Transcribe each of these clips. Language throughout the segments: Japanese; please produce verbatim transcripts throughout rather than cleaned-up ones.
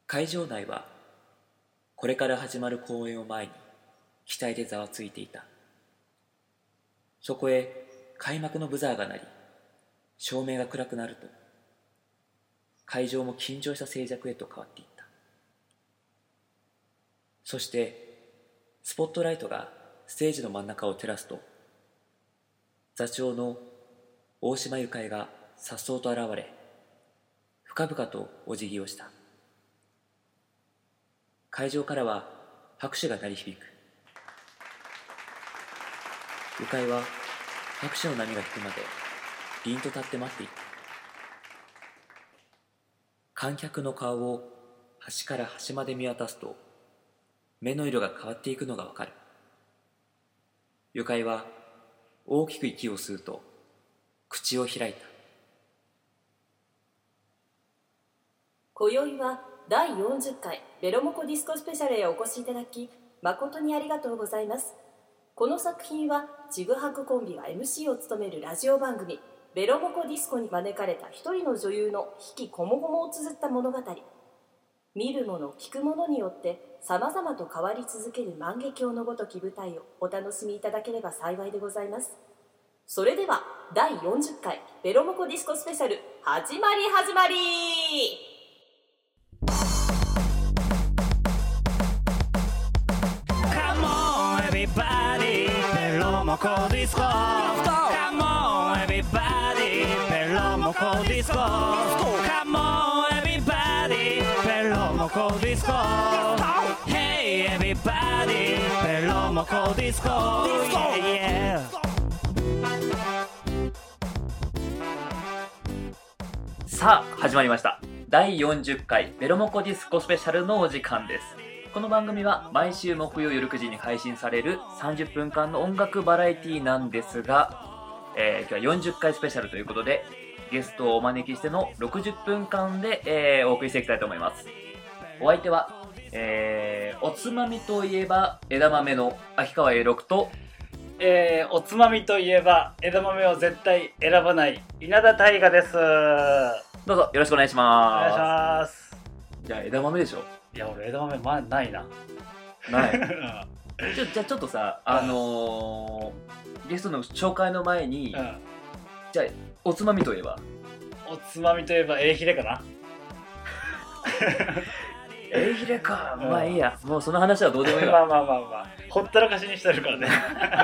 会場内はこれから始まる公演を前に期待でざわついていた。そこへ開幕のブザーが鳴り、照明が暗くなると会場も緊張した静寂へと変わっていった。そしてスポットライトがステージの真ん中を照らすと、座長の大島ゆかえが颯爽と現れ、深々とお辞儀をした。会場からは拍手が鳴り響く。ゆかえは拍手の波が引くまで凛と立って待っていた。観客の顔を端から端まで見渡すと、目の色が変わっていくのがわかる。ゆかえは大きく息を吸うと口を開いた。 今宵はだいよんじゅっかいベロモコディスコスペシャルへお越しいただき誠にありがとうございます。この作品はちぐはぐコンビが エムシー を務めるラジオ番組ベロモコディスコに招かれた一人の女優の悲喜こもごもを綴った物語。見るもの聞くものによってさまざまと変わり続ける万華鏡のごとき舞台をお楽しみいただければ幸いでございます。それではだいよんじゅっかいベロモコディスコスペシャル始まり始まり。 Everybody, ベロモコディスコ Come on everybody, ベロモコディスコ Come on everybody, ベロモコディスコ Hey everybody, ベロモコディスコ Yeah, yeah. さあ始まりました。だいよんじゅっかいベロモコディスコスペシャルのお時間です。この番組は毎週木曜夜くじに配信されるさんじゅっぷんかんの音楽バラエティなんですが、えー、今日はよんじゅっかいスペシャルということでゲストをお招きしてのろくじゅっぷんかんで、えー、お送りしていきたいと思います。お相手は、えー、おつまみといえば枝豆の秋川栄六と、 えー、おつまみといえば枝豆を絶対選ばない稲田大我です。 どうぞよろしくお願いしおます。 願いします。 じゃあ枝豆でしょ。 いや俺枝豆まないな。 ないちょじゃあちょっとさ、あのー、ゲストの紹介の前に、うん、じゃあおつまみといえばおつまみといえばエイヒレかな。 エイヒレか、うん、まあいいや、もうその話はどうでもいいわ。 まあまあまあまあほったらかしにしてるからね。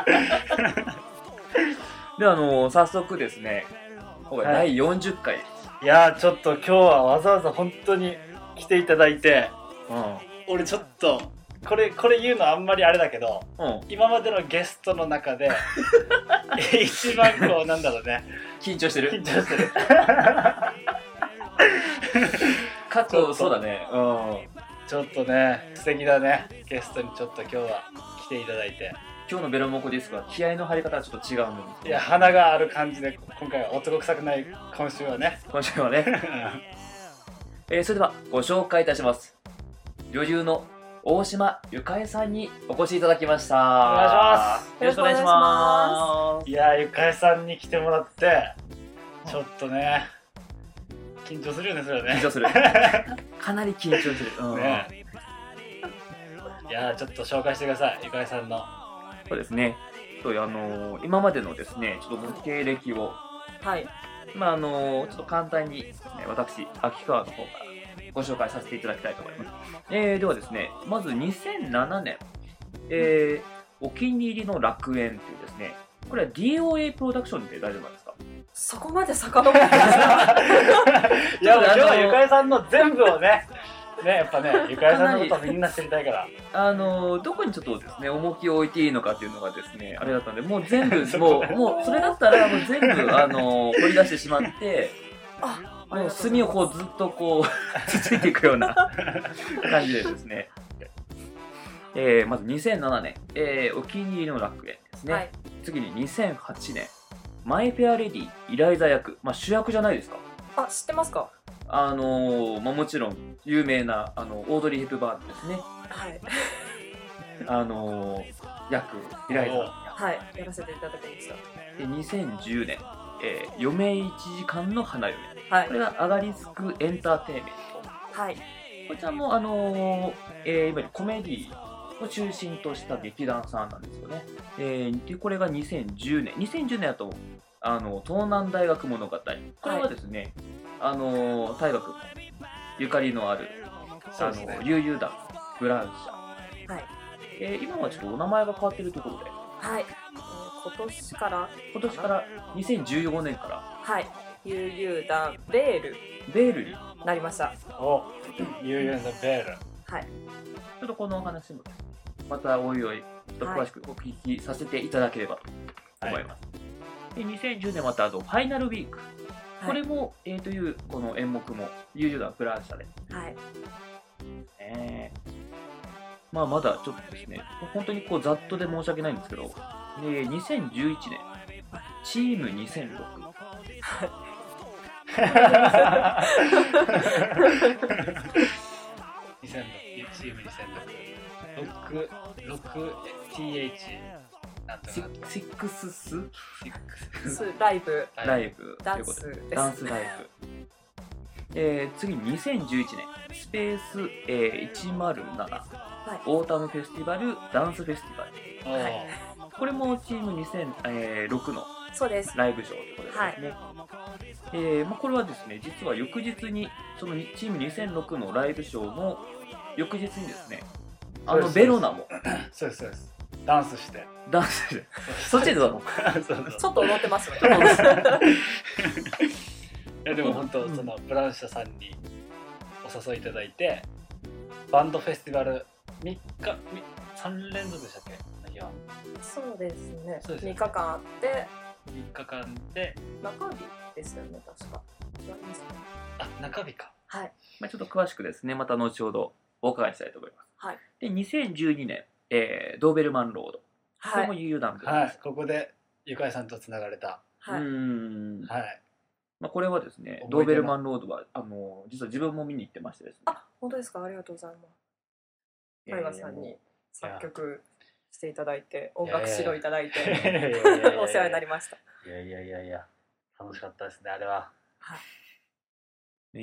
ではあのー、早速ですね、今回だいよんじゅっかい、はい、 いやーちょっと今日はわざわざ本当に来ていただいて、うん、俺ちょっとこれこれ言うのあんまりあれだけど、うん、今までのゲストの中で一番こうなんだろうね緊張してる緊張してる過去そうだね、うん、 ちょっとね素敵だね。ゲストにちょっと今日は来ていただいて、 今日のベロモコディスコは気合の入り方はちょっと違うのに、 いや花がある感じで今回は男臭くない今週はね今週はねえー、それではご紹介いたします。女優の大島ゆかえさんにお越しいただきました。 お願いします。 よろしくお願いします。 いやゆかえさんに来てもらってちょっとね緊張するよね。それはね緊張するかなり緊張する、うんね、 いやちょっと紹介してください、ゆかえさんの。 そうですね、そうあのー、今までのですねちょっと経歴を、はいまああのー、ちょっと簡単に、ね、私秋川の方からご紹介させていただきたいと思います。えー、ではですね、まずにせんななねん、えー、お気に入りの楽園というですね、これは ディーオーエー プロダクションで大丈夫なんですか？ そこまで遡ってますか？ いや、今日はゆかえさんの全部をね、ね、やっぱね、ゆかえさんのことみんな知りたいから。 あの、どこにちょっとですね、重きを置いていいのかっていうのがですね、あれだったんで、もう全部、もう、もう、それだったらもう全部、あの、掘り出してしまって、あ、もう墨をこうずっとこう、つついていくような感じでですね。えー、まずにせんななねん、えー、お気に入りの楽園ですね。はい、次ににせんはちねん、マイ・フェア・レディ、イライザ役、まあ、主役じゃないですか。 あ、知ってますか？ あのーまあ、もちろん有名なあのオードリー・ヘプバーンですね。 はい。 あのー、役イライザ役、 はい、やらせていただきました。 でにせんじゅうねん、えー、余命いちじかんの花嫁、はい、これがアガリスクエンターテインメント。 はい。 こちらもあのーえー、いわゆるコメディを中心とした劇団さんなんですよね。えー、でこれがにせんじゅうねんにせんじゅうねんだとあの東南大学物語、これはですね、はい、あの大学ゆかりのあるあの、ね、悠々団ブランシャ、はい、えー、今はちょっとお名前が変わってるところで、 はい、今年から今年からにせんじゅうよねんからはい悠々団ベールベールになりました。 お悠々のベール、 はい、 ちょっとこのお話もまたおいおいちょっと詳しくお聞きさせていただければと思います。はい、でにせんじゅうねんまたあとファイナルウィーク、はい、これも、えー、というこの演目も悠々団ブランシャで、はいえーまあ、まだちょっとですね本当にこうざっとで申し訳ないんですけど、でにせんじゅういちねんチームにせんろくにせんろくチームにせんろく ろく ティーエイチ なんとなくシックススライブライブダンスです、 ダンスライブ、えー、次ににせんじゅういちねんスペース、えー、いちまるなな、はい、オータムフェスティバルダンスフェスティバル、はい、これもチームにせんろくのそうですライブショーということですね。はい、えーまあ、これはですね実は翌日にそのチームにせんろくのライブショーの翌日にですねあのベロナもそうですそうですダンスしてダンスしてそっちでだろちょっと踊ってますね。 いやでも本当そのブランシャさんにお誘いいただいてバンドフェスティバルみっかさん連続でしたっけ？いやそうですね。そうですねみっかかんあってみっかかんで中日ですよね確か。違いますね。 あ中日か。 はい。 まあちょっと詳しくですねまた後ほどお伺いしたいと思います。はい。でにせんじゅうにねん、えー、ドーベルマンロード。これも悠々団です、 はい。ここでゆかいさんとつながれた。 はい。うんはい。 まあこれはですねドーベルマンロードはあの実は自分も見に行ってましてですね。 あ本当ですかありがとうございます。タイガさんに作曲していただいて音楽指導いただいてお世話になりました。 いやいやいやいや楽しかったですねあれは。 はい。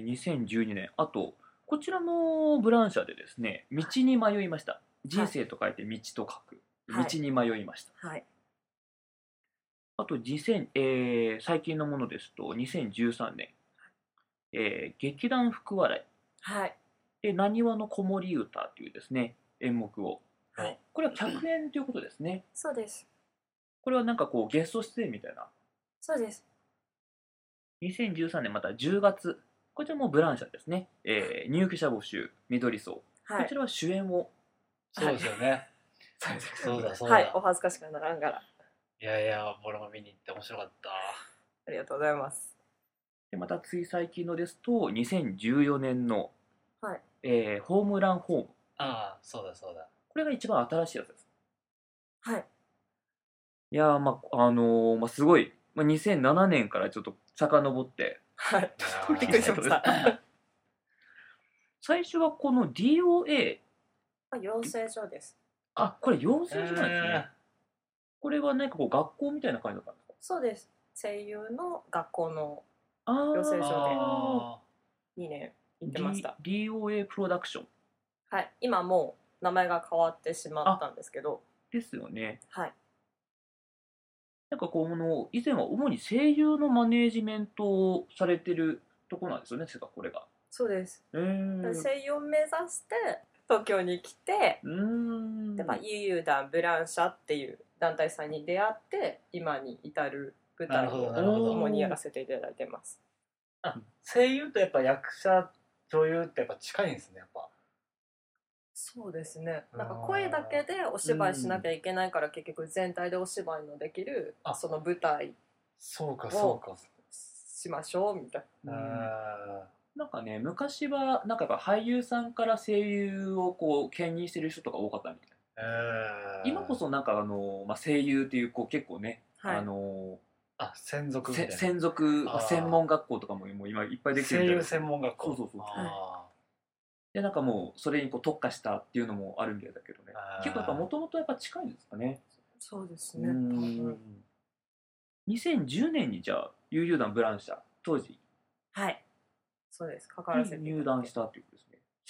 にせんじゅうにねんあとこちらもブランシャでですね道に迷いました。人生と書いて道と書く。道に迷いました。はい。あとにせん、えー、最近のものですとにせんじゅうさんねん、えー、劇団福笑い。はい。でなにわの子守歌というですね演目を。はい。これは客演ということですね。 そうです。 これはなんかこうゲスト出演みたいな。 そうです。 にせんじゅうさんねんまたじゅうがつこちらもブランシャですね、えー、入居者募集緑荘、はい、こちらは主演をそうですよねそうだそうだはいお恥ずかしくならんがらいやいや俺も見に行って面白かったありがとうございます。 でまたつい最近のですとにせんじゅうよねんの、 はいえー、ホームランホームああそうだそうだこれが一番新しいやつです。 はいいやーまああのー、まあすごい、まあ、にせんななねんからちょっと遡ってはいびっくりしました最初はこの ディーオーエー あ養成所です。 あこれ養成所なんですね、えー、これは何かこう学校みたいな感じだったんですか？ そうです声優の学校の養成所でにねん行ってました。 ディーオーエー プロダクションはい今もう名前が変わってしまったんですけどですよね。 はいなんかこの以前は主に声優のマネージメントをされてるところなんですよね、これが。 そうです。 えー、 声優を目指して東京に来て、うーんでまあ悠々団ブランシャっていう団体さんに出会って今に至る舞台を主にやらせていただいてます。 あ声優とやっぱ役者女優ってやっぱ近いんですねやっぱ。 そうですね。なんか声だけでお芝居しなきゃいけないから結局全体でお芝居のできるその舞台そうかそうかしましょうみたいな。 なんかね昔はなんかやっぱ俳優さんから声優をこう兼任してる人とか多かったみたいな。今こそなんかあの、まあ、声優っていうこう結構ね、はい、あのあ専属みたいな専属専門学校とかももう今いっぱいできてるみたいな。 声優専門学校。 そうそうそう。あでなんかもうそれにこう特化したっていうのもあるみたいだけどね結構やっぱもともとやっぱ近いんですかね。 そうですね。多分にせんじゅうねんにじゃあ悠々団ブランシャ当時はいそうです関わらせて入団したっていうことですね。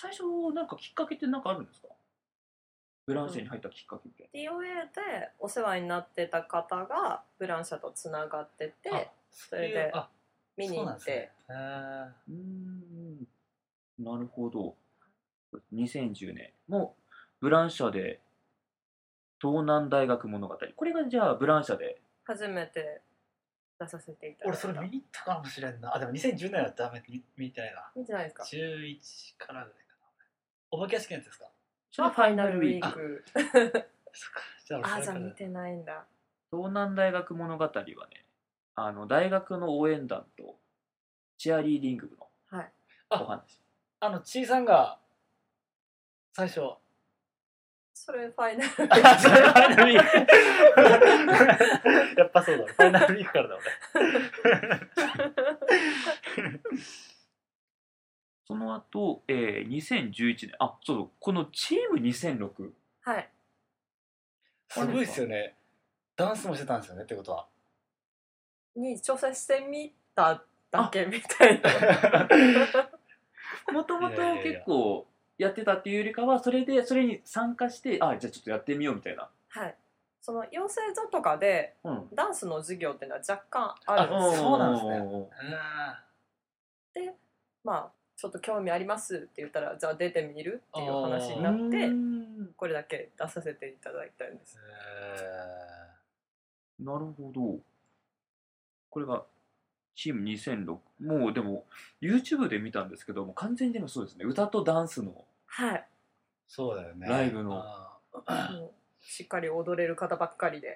最初なんかきっかけって何かあるんですか？ブランシェに入ったきっかけって。 ディーオーエー でお世話になってた方がブランシャとつながってて、それで見に行って。 うーん、なるほど。にせんじゅうねんもブランシャで東南大学物語、これがじゃあブランシャで初めて出させていただいた。 俺それ見に行ったかもしれんな。あ、でもにせんじゅうねんはダメ、見見てないな。 見てないですか？ じゅういちからぐらいかな。お化け屋敷のやつですか？ それファイナルウィーク。 そっか。 じゃああ、じゃあ見てないんだ。 東南大学物語はね、あの大学の応援団とチアリーディング部のお話。 はい、あ, あのちいさんが最初。 それファイナルウィーク。それファイナルウィーク。やっぱそうだ。ファイナルウィークからだ俺。 その後、えー、にせんじゅういちねん、あ、そう、このチームにせんろく。 はい。 すごいですよね。ダンスもしてたんですよねってことは。 に挑戦してみただけみたいな。 もともと結構やってたっていうよりかは、それでそれに参加して、あ、じゃあちょっとやってみようみたいな。 はい。その養成所とかで、うん、ダンスの授業っていうのは若干あるんですよ。 そうなんですね。 で、まあちょっと興味ありますって言ったら、じゃあ出てみるっていう話になって、これだけ出させていただいたんです。 なるほど。これがチームにせんろく。もうでも YouTube で見たんですけども、完全にでもそうですね、歌とダンスの、 はい、 そうだよね、 ライブのもうしっかり踊れる方ばっかりで。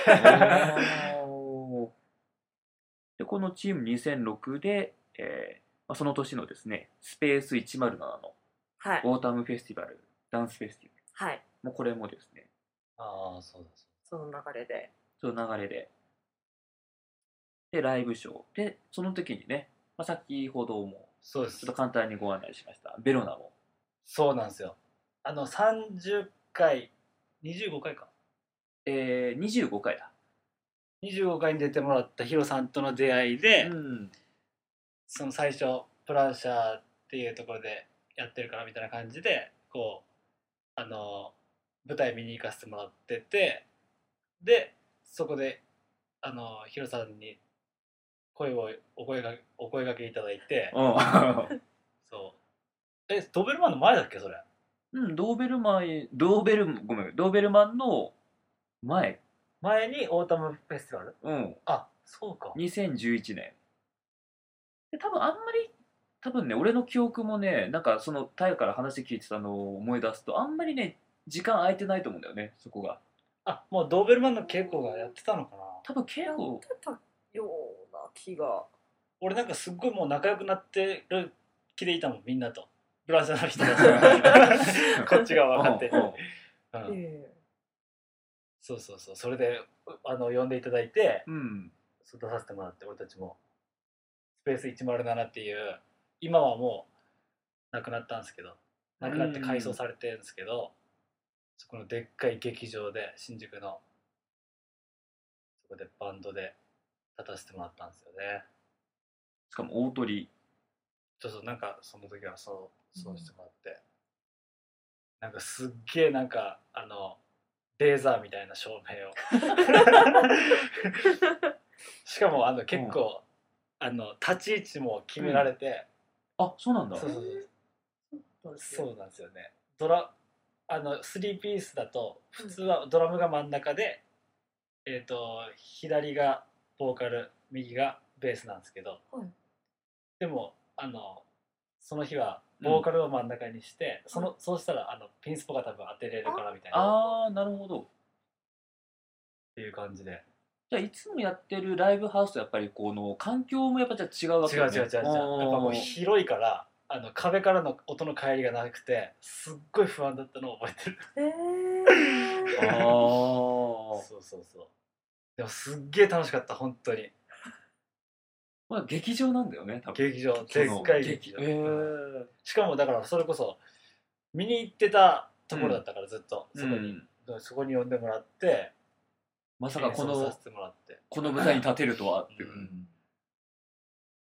でこのチームにせんろくで、えー、その年のですね、スペースいちまるななのオータムフェスティバル、ダンスフェスティバル、はい、もうこれもですね、 ああ、そうです。 その流れで、 その流れで、でライブショーで、その時にね、まあ、先ほどもそうです、 ちょっと簡単にご案内しましたベロナも、 そうなんですよ。あのさんじゅっかい、にじゅうごかいか、 えー、にじゅうごかいだ。 にじゅうごかいに出てもらったヒロさんとの出会いで、うん、その最初プランシャーっていうところでやってるからみたいな感じで、こうあの舞台見に行かせてもらってて、でそこであのヒロさんに声をお声がお声掛けいただいて、そうえドーベルマンの前だっけそれ？ うん、ドーベルマンドーベルごめんドーベルマンの前前にオータムフェスティバル？ うん、 あ、そうか。 にせんじゅういちねんで、多分あんまり多分ね、俺の記憶もね、なんかそのタイから話聞いてたのを思い出すと、あんまりね時間空いてないと思うんだよね、そこが。 あ、もうドーベルマンの稽古がやってたのかな。 多分稽古やってたような気が。 俺なんかすっごいもう仲良くなってる気でいたもん、みんなと。ブランシャーの人たちこっちが分かって、うんうんえー、そうそうそう、それであの呼んでいただいて、うん、そう出させてもらって、俺たちもスペースいちまるななっていう、今はもうなくなったんですけど、なくなって改装されてるんですけど、そこのでっかい劇場で、新宿のそこでバンドで立たせてもらったんですよね。 しかも大鳥、 そうそう、なんかその時はそうそうしてもらって、うん、なんかすっげえなんかあのレーザーみたいな照明をしかもあの結構、うん、あの立ち位置も決められて、 うん、あ、そうなんだ。 そうそうそう、そうなんですよね。ドラあのスリーピースだと普通はドラムが真ん中で、うん、えっと左がボーカル、右がベースなんですけど、うん、でもあのその日はボーカルを真ん中にして、うん、そのそうしたらあのピンスポが多分当てれるからみたいな。 ああ、なるほど。 っていう感じで。 じゃあいつもやってるライブハウスとやっぱりこの環境もやっぱじゃあ違うわけね。 違う違う違う違う。やっぱもう広いからあの壁からの音の帰りがなくてすっごい不安だったのを覚えてる。へー。ああ。そうそうそう。でもすっげえ楽しかった本当に。 まあ劇場なんだよね、多分。 劇場、でっかい劇場。えー、しかもだからそれこそ見に行ってたところだったから、うん、ずっとそこに、うん、そこに呼んでもらって、 まさかこのこの舞台に立てるとはっていう。うん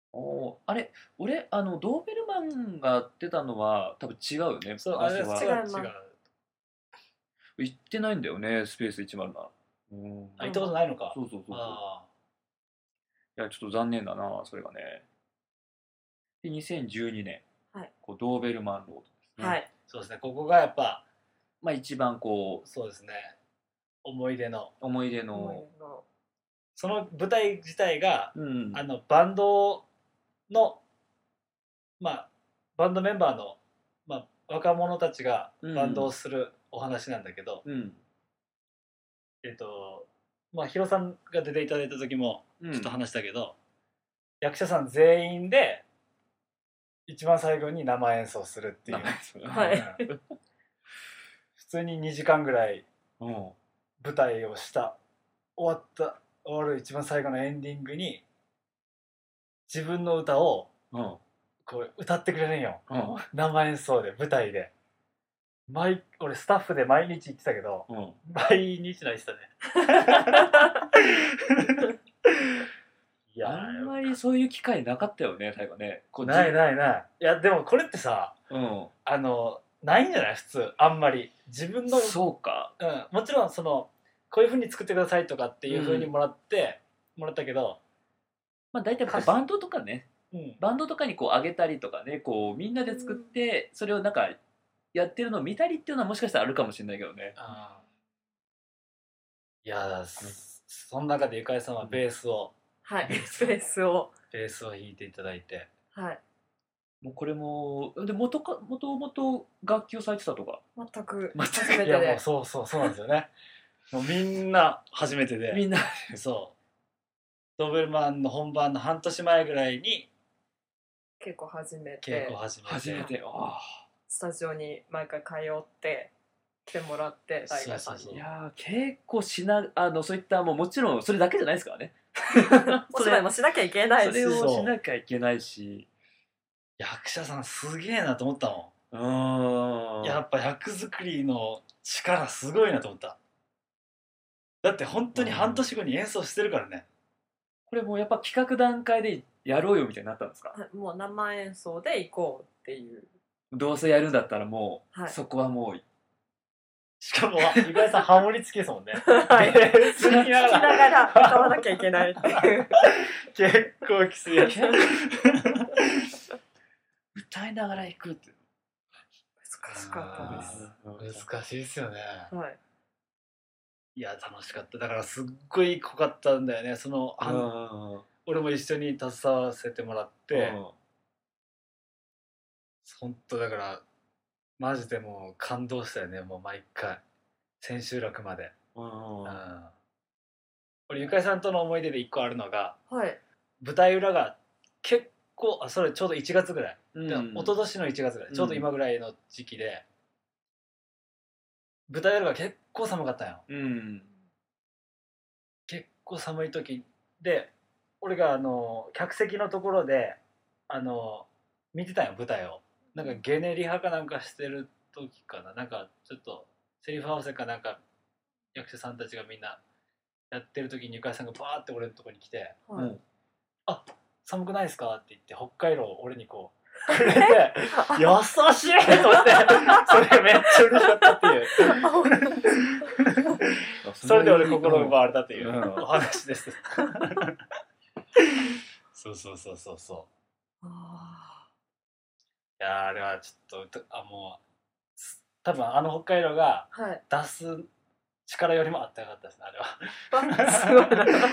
おあれ俺あのドーベルマンが出たのは多分違うよね。 そうあれは違う違う。 行ってないんだよねスペースいちまるなな。 うんあ行ったことないのか。 そうそうそうそう。いやちょっと残念だなそれがね。でにせんじゅうにねん、はい、こうドーベルマンロードですね。 はい。そうですねここがやっぱまあ一番こうそうですね思い出の思い出のその舞台自体が、 うん、 あのバンドのまあバンドメンバーの、まあ、若者たちがバンドをするお話なんだけど、うん、えっとまあヒロさんが出ていただいた時もちょっと話したけど、うん、役者さん全員で一番最後に生演奏するっていう、はい、普通ににじかんぐらい舞台をした終わった終わる一番最後のエンディングに自分の歌をこう歌ってくれるんよ、うん、生演奏で舞台で毎俺スタッフで毎日行ってたけど、うん、毎日泣いてたねいやあんまりそういう機会なかったよね最後ね。 ないないない。いやでもこれってさ、うん、あのないんじゃない普通あんまり自分のそうか、 うん、もちろんそのこういう風に作ってくださいとかっていう風にもらって、うん、もらったけどまあ大体バンドとかね、うん、バンドとかにこう上げたりとかねこうみんなで作ってそれをなんかやってるのを見たりっていうのはもしかしたらあるかもしれないけどね。あいや、うん、その中でゆかりさんはベースを、 うん、はいベースをベースを弾いていただいてはいもうこれもで元か元々楽器をされてたとか全く初めてでいやもうそうそうそうなんですよねもうみんな初めてでみんなそうドーベルマンの本番の半年前ぐらいに稽古始めて稽古始めて初めてあスタジオに毎回通って来てもらって大学さんにいや稽古しなあのそういったもうもちろんそれだけじゃないですからねお芝居もしなきゃいけないしそれをしなきゃいけないし役者さんすげえなと思ったもん。うんやっぱ役作りの力すごいなと思った。だって本当に半年後に演奏してるからね。 これもうやっぱ企画段階でやろうよみたいになったんですか？ もう生演奏で行こうっていうどうせやるんだったらもう、はい、そこはもうしかもゆかりさんハモリつきですもんねはい聴きながら歌わなきゃいけないっていう結構きついやつ歌いながら行くって難しかったです難しいですよねはいいや楽しかっただからすっごい濃かったんだよねそのあ俺も一緒に携わらせてもらって本当だからマジでもう感動したよねもう毎回千秋楽までうん俺ゆかりさんとの思い出で一個あるのが、 はい、 舞台裏が結構あそれちょうどいちがつぐらい、うん、一昨年のいちがつぐらい、うん、ちょうど今ぐらいの時期で舞台裏が結構寒かったんよ、うん、結構寒い時で俺があの客席のところであの見てたんよ舞台をなんかゲネリハかなんかしてる時かななんかちょっとセリフ合わせかなんか役者さんたちがみんなやってる時にゆかりさんがバーって俺のとこに来て「はい、あ寒くないですか?」って言って北海道を俺にこうくれて優しいと思ってそれめっちゃ嬉しかったっていうそれで俺心奪われたっていうお話ですそうそうそうそうそういやあれはちょっとあもう多分あの北海道が出す力よりもあったかかったですねあれはすご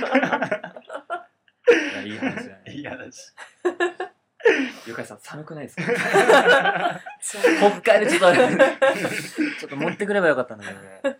いいい話じゃないいい話ゆかりさん寒くないですか北海道ちょっとちょっと持ってくればよかったんだけどね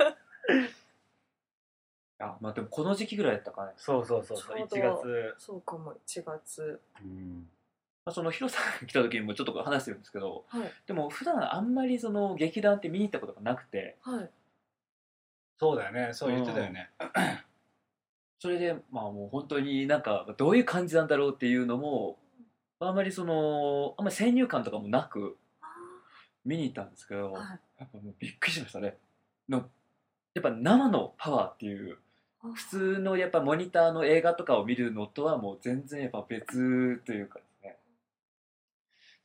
あまあでもこの時期ぐらいやったかねそうそうそうそういちがつそうかもいちがつうんまあ、そのヒロさんが来た時にもちょっと話してるんですけど、はい、でも普段あんまりその劇団って見に行ったことがなくて、 はい、 そうだよねそう言ってたよね、うん、 それでまあもう本当になんかどういう感じなんだろうっていうのもあんまりそのあんまり先入観とかもなく見に行ったんですけど、はい、やっぱもうびっくりしましたねのやっぱ生のパワーっていう普通のやっぱモニターの映画とかを見るのとはもう全然やっぱ別というかです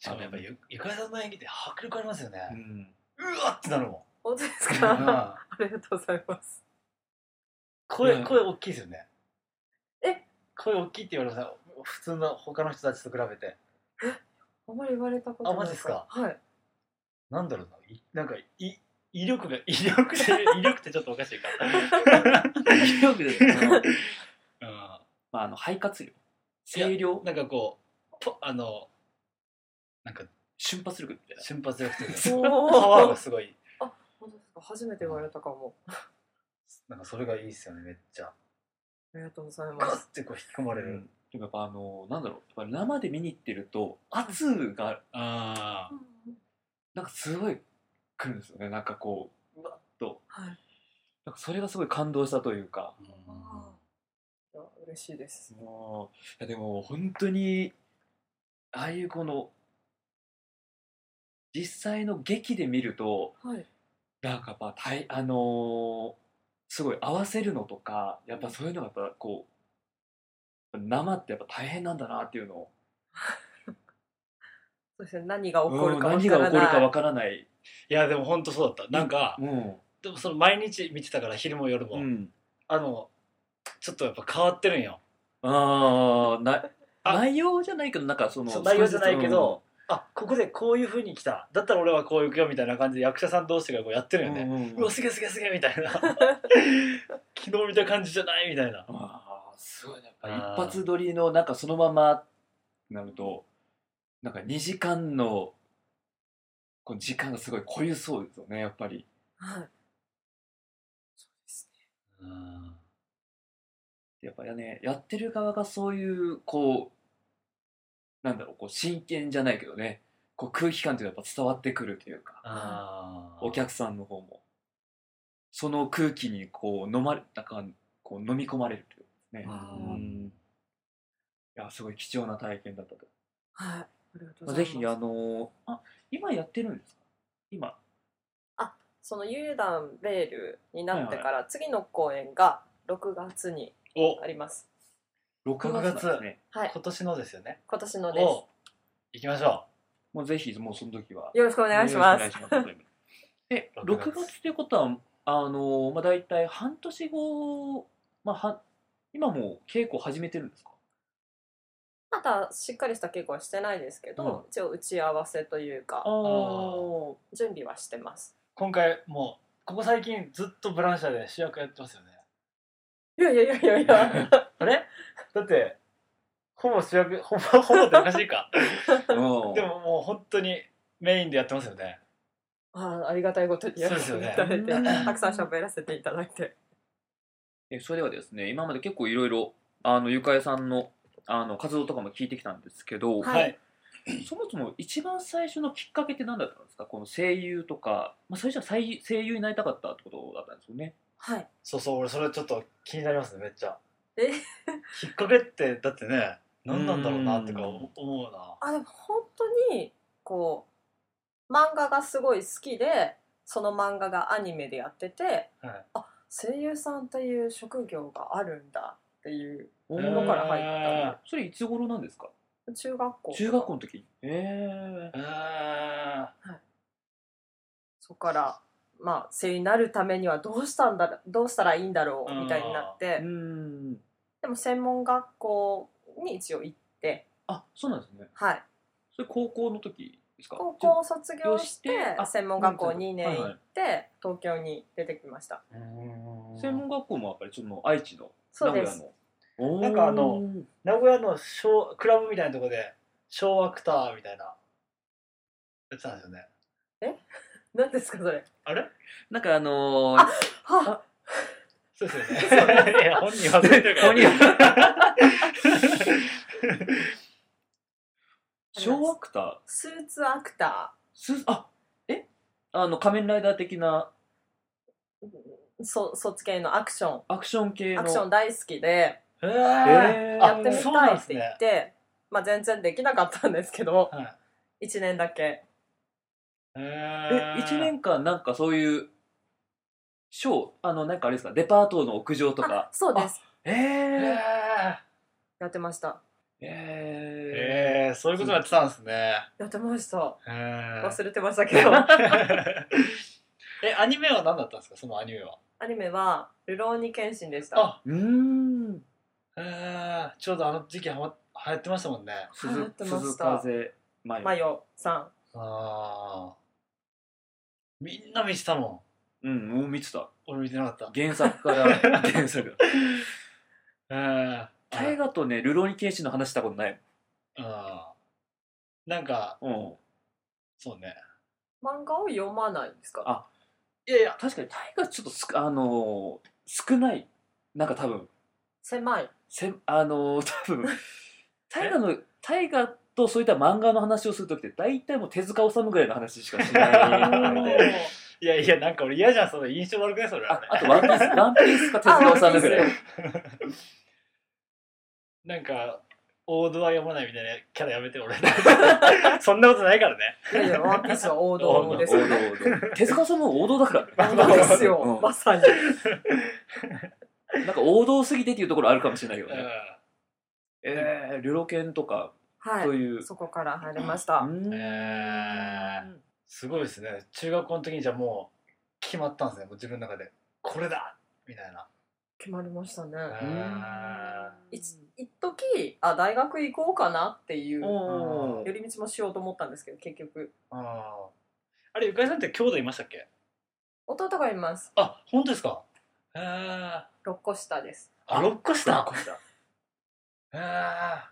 しかもやっぱりゆゆかりさんの演技って迫力ありますよね、 うん、 うわってなるもん。 本当ですか、 うん、 ありがとうございます。 声、声大きいですよね。 え声大きいって言われます。普通の他の人たちと比べて。 あんまり言われたことない。 あ、マジですか。 はい。 なんだろうな、いなんかい威力が威力で威力ってちょっとおかしいか。 威力ですね。 うん、 まああの肺活量、声量、 なんかこうポあのなんか瞬発力みたいな。 瞬発力というかおーパワーがすごい。 あ、本当ですか。初めて言われたかも。 なんかそれがいいですよね、めっちゃ。 ありがとうございガッます。 てこう引き込まれる。 うん、でもやっぱあのなんだろう、やっぱ生で見に行ってると圧がああ、 なんかすごい来るんですよね。なんかこううわっと、 はい。 なんかそれがすごい感動したというか。 あーいや嬉しいです。 もういやでも本当にああいうこの実際の劇で見るとはい。 なんかやっぱ大あのーすごい合わせるのとかやっぱそういうのがやっぱこう生ってやっぱ大変なんだなっていうのを、 そうですね。何が起こるうんかわからない。 何が起こるかわからない。 いやでも本当そうだった。なんか、 うんでもその毎日見てたから昼も夜も、 うん、 あのちょっとやっぱ変わってるんよ。 あーなあ内容じゃないけどなんかそのそう内容じゃないけど、あここでこういう風に来た。だったら俺はこう行くよみたいな感じで役者さん同士がこうやってるよね。 うんうんうんうわすげえすげえすげえみたいな。昨日見た感じじゃないみたいな。 あーすごいね。やっぱ一発撮りのなんかそのままなるとなんかにじかんのこの時間がすごい濃ゆそうですよねやっぱり。 はい。そうですね。 うんやっぱりねやってる側がそういうこうなんだろうこう真剣じゃないけどねこう空気感っていうのはやっぱ伝わってくるというかあーお客さんの方もその空気にこう飲まれなんかこう飲み込まれるというかね。 あーうんいやすごい貴重な体験だったと。 はい。ありがとうございます。 ぜひあのあ今やってるんですか今。 そのユーダンベールになってかはいら次の公演がろくがつにおあります。 ろくがつなんですね。 はい。 今年のですよね。 今年のです。 お行きましょもうぜひもうその時はよろしくお願いします。 よろしくお願いしますえろくがつっていうことはあのまあ大体半年後、まあ、は今もう稽古始めてるんですか。 まだしっかりした稽古はしてないですけど、 うん一応打ち合わせというかあー準備はしてます。 う。今回もうここ最近ずっとブランシャで主役やってますよね。 いやいやいやいやいやあれだってほぼ主役ほぼほぼっておかしいか。 うんでももう本当にメインでやってますよね。 あありがたいことにやらせていただいて、 そうですよねたくさん喋らせていただいて。 えそれではですね今まで結構いろいろあのゆかえさんのあの活動とかも聞いてきたんですけど、 はいはい。 そもそも一番最初のきっかけって何だったんですか。この声優とか、まあ、最初は声声優になりたかったってことだったんですよね。 はい。 そうそう俺それちょっと気になりますねめっちゃ。 えきっかけってだってね何なんだろうなってか思思うな。 あでも本当にこう漫画がすごい好きで、その漫画がアニメでやってて、 はい。 あ声優さんという職業があるんだっていうおものから入ったあそれいつ頃なんですか。 の。中学校中学校の時。へえあそこからまあ声優になるためにはどうしたんだどうしたらいいんだろううんみたいになって、 うんでも専門学校に一応行って、 あそうなんですね。 はい、 それ高校の時ですか。 高校を卒業して卒業してあ専門学校にねんはいはい行って東京に出てきました。 ーうん専門学校もやっぱりちょっと愛知のそうです。 名古屋のおーなんかあの名古屋のショークラブみたいなところでショーアクターみたいなやってたんですよね。 何ですかそれ。 あれなんかあのー、 あはそうですよね。いや本人忘れてるから。 本人ショーアクタースーツアクタすあえあの仮面ライダー的なー、そそっち系のアクションアクション系のアクション大好きでへえーーやってみそうなたいってんですね。 言って、まあ、全然できなかったんですけどはいいちねんだけ。 ええいちねんかんなんかそういうショーあのなんかあれですかデパートの屋上とあかそうです。 えー、 えやってました。 えーえー、 ー、そういうことやってたんですね。 やってました。 えー、 忘れてましたけどえ、アニメは何だったんですか、そのアニメは。 アニメは「ルローニケンシン」でした。 あ、 うーん。 えー、ちょうどあの時期はま流行ってましたもんね。 流行ってました。 鈴風マヨマヨさん。 ああ、みんな見てたもん。うん、もう見てた。 俺見てなかった。 原作から原作。 えー、 大河とね、ルローニケンシンの話したことない。 あー、なんか、 うん。 そうね。 漫画を読まないんですか？ あ、 いやいや、 確かに大河ちょっとすあのー、少ない。なんか多分。 狭い。 せあのー、多分大河の大河とそういった漫画の話をするときって大体もう手塚治虫ぐらいの話しかしないで。 いやいや、なんか俺嫌じゃん、その印象悪くないそれ。 あ、あとワンピース、ワンピースか手塚治虫ぐらい。 なんか王道は読まないみたいなキャラやめて俺。そんなことないからね。 いやいや、ワンピースは王道ですよね。 王道王道。手塚さんも王道だから。 王道ですよ、 うんまさに。 なんか王道すぎてっていうところあるかもしれないけどね。 うん、 えー、ルロケンとか、 はい、 そういう。 そこから入りました。 えー、すごいですね。中学校の時にじゃあもう決まったんですね、もう自分の中でこれだみたいな。 決まりましたね。 え一時あ大学行こうかなっていうお寄り道もしようと思ったんですけど、結局。 ああれ、ゆかりさんって兄弟いましたっけ？ 弟がいます。 あ、本当ですか？へえ。 ろっこ下です。 あ、ろっこ下。 ろっこ下。 へえ。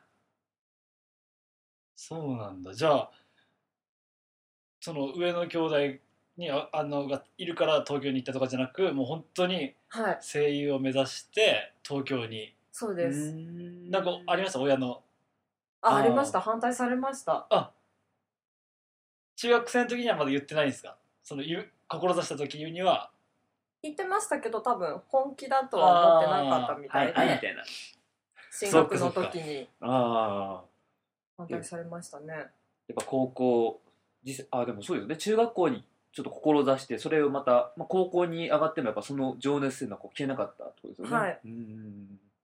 そうなんだ。じゃあその上の兄弟にああのがいるから東京に行ったとかじゃなく、もう本当にはい、 声優を目指して東京に。 そうです。 なんかありました、親の。 あ、 あーありました。反対されました。 あ、中学生の時にはまだ言ってないんですか？そのゆ志した時には。 言ってましたけど、多分本気だとは思ってなかったみたはいい、はい、みで、 たいな。 進学の時にああ。 反対されましたね。 やっぱ高校、実あ、でもそうですね。中学校にちょっと志して、それをまた、まあ、高校に上がってもやっぱその情熱っていうのはこう消えなかったってことですよね。 はい。 うん。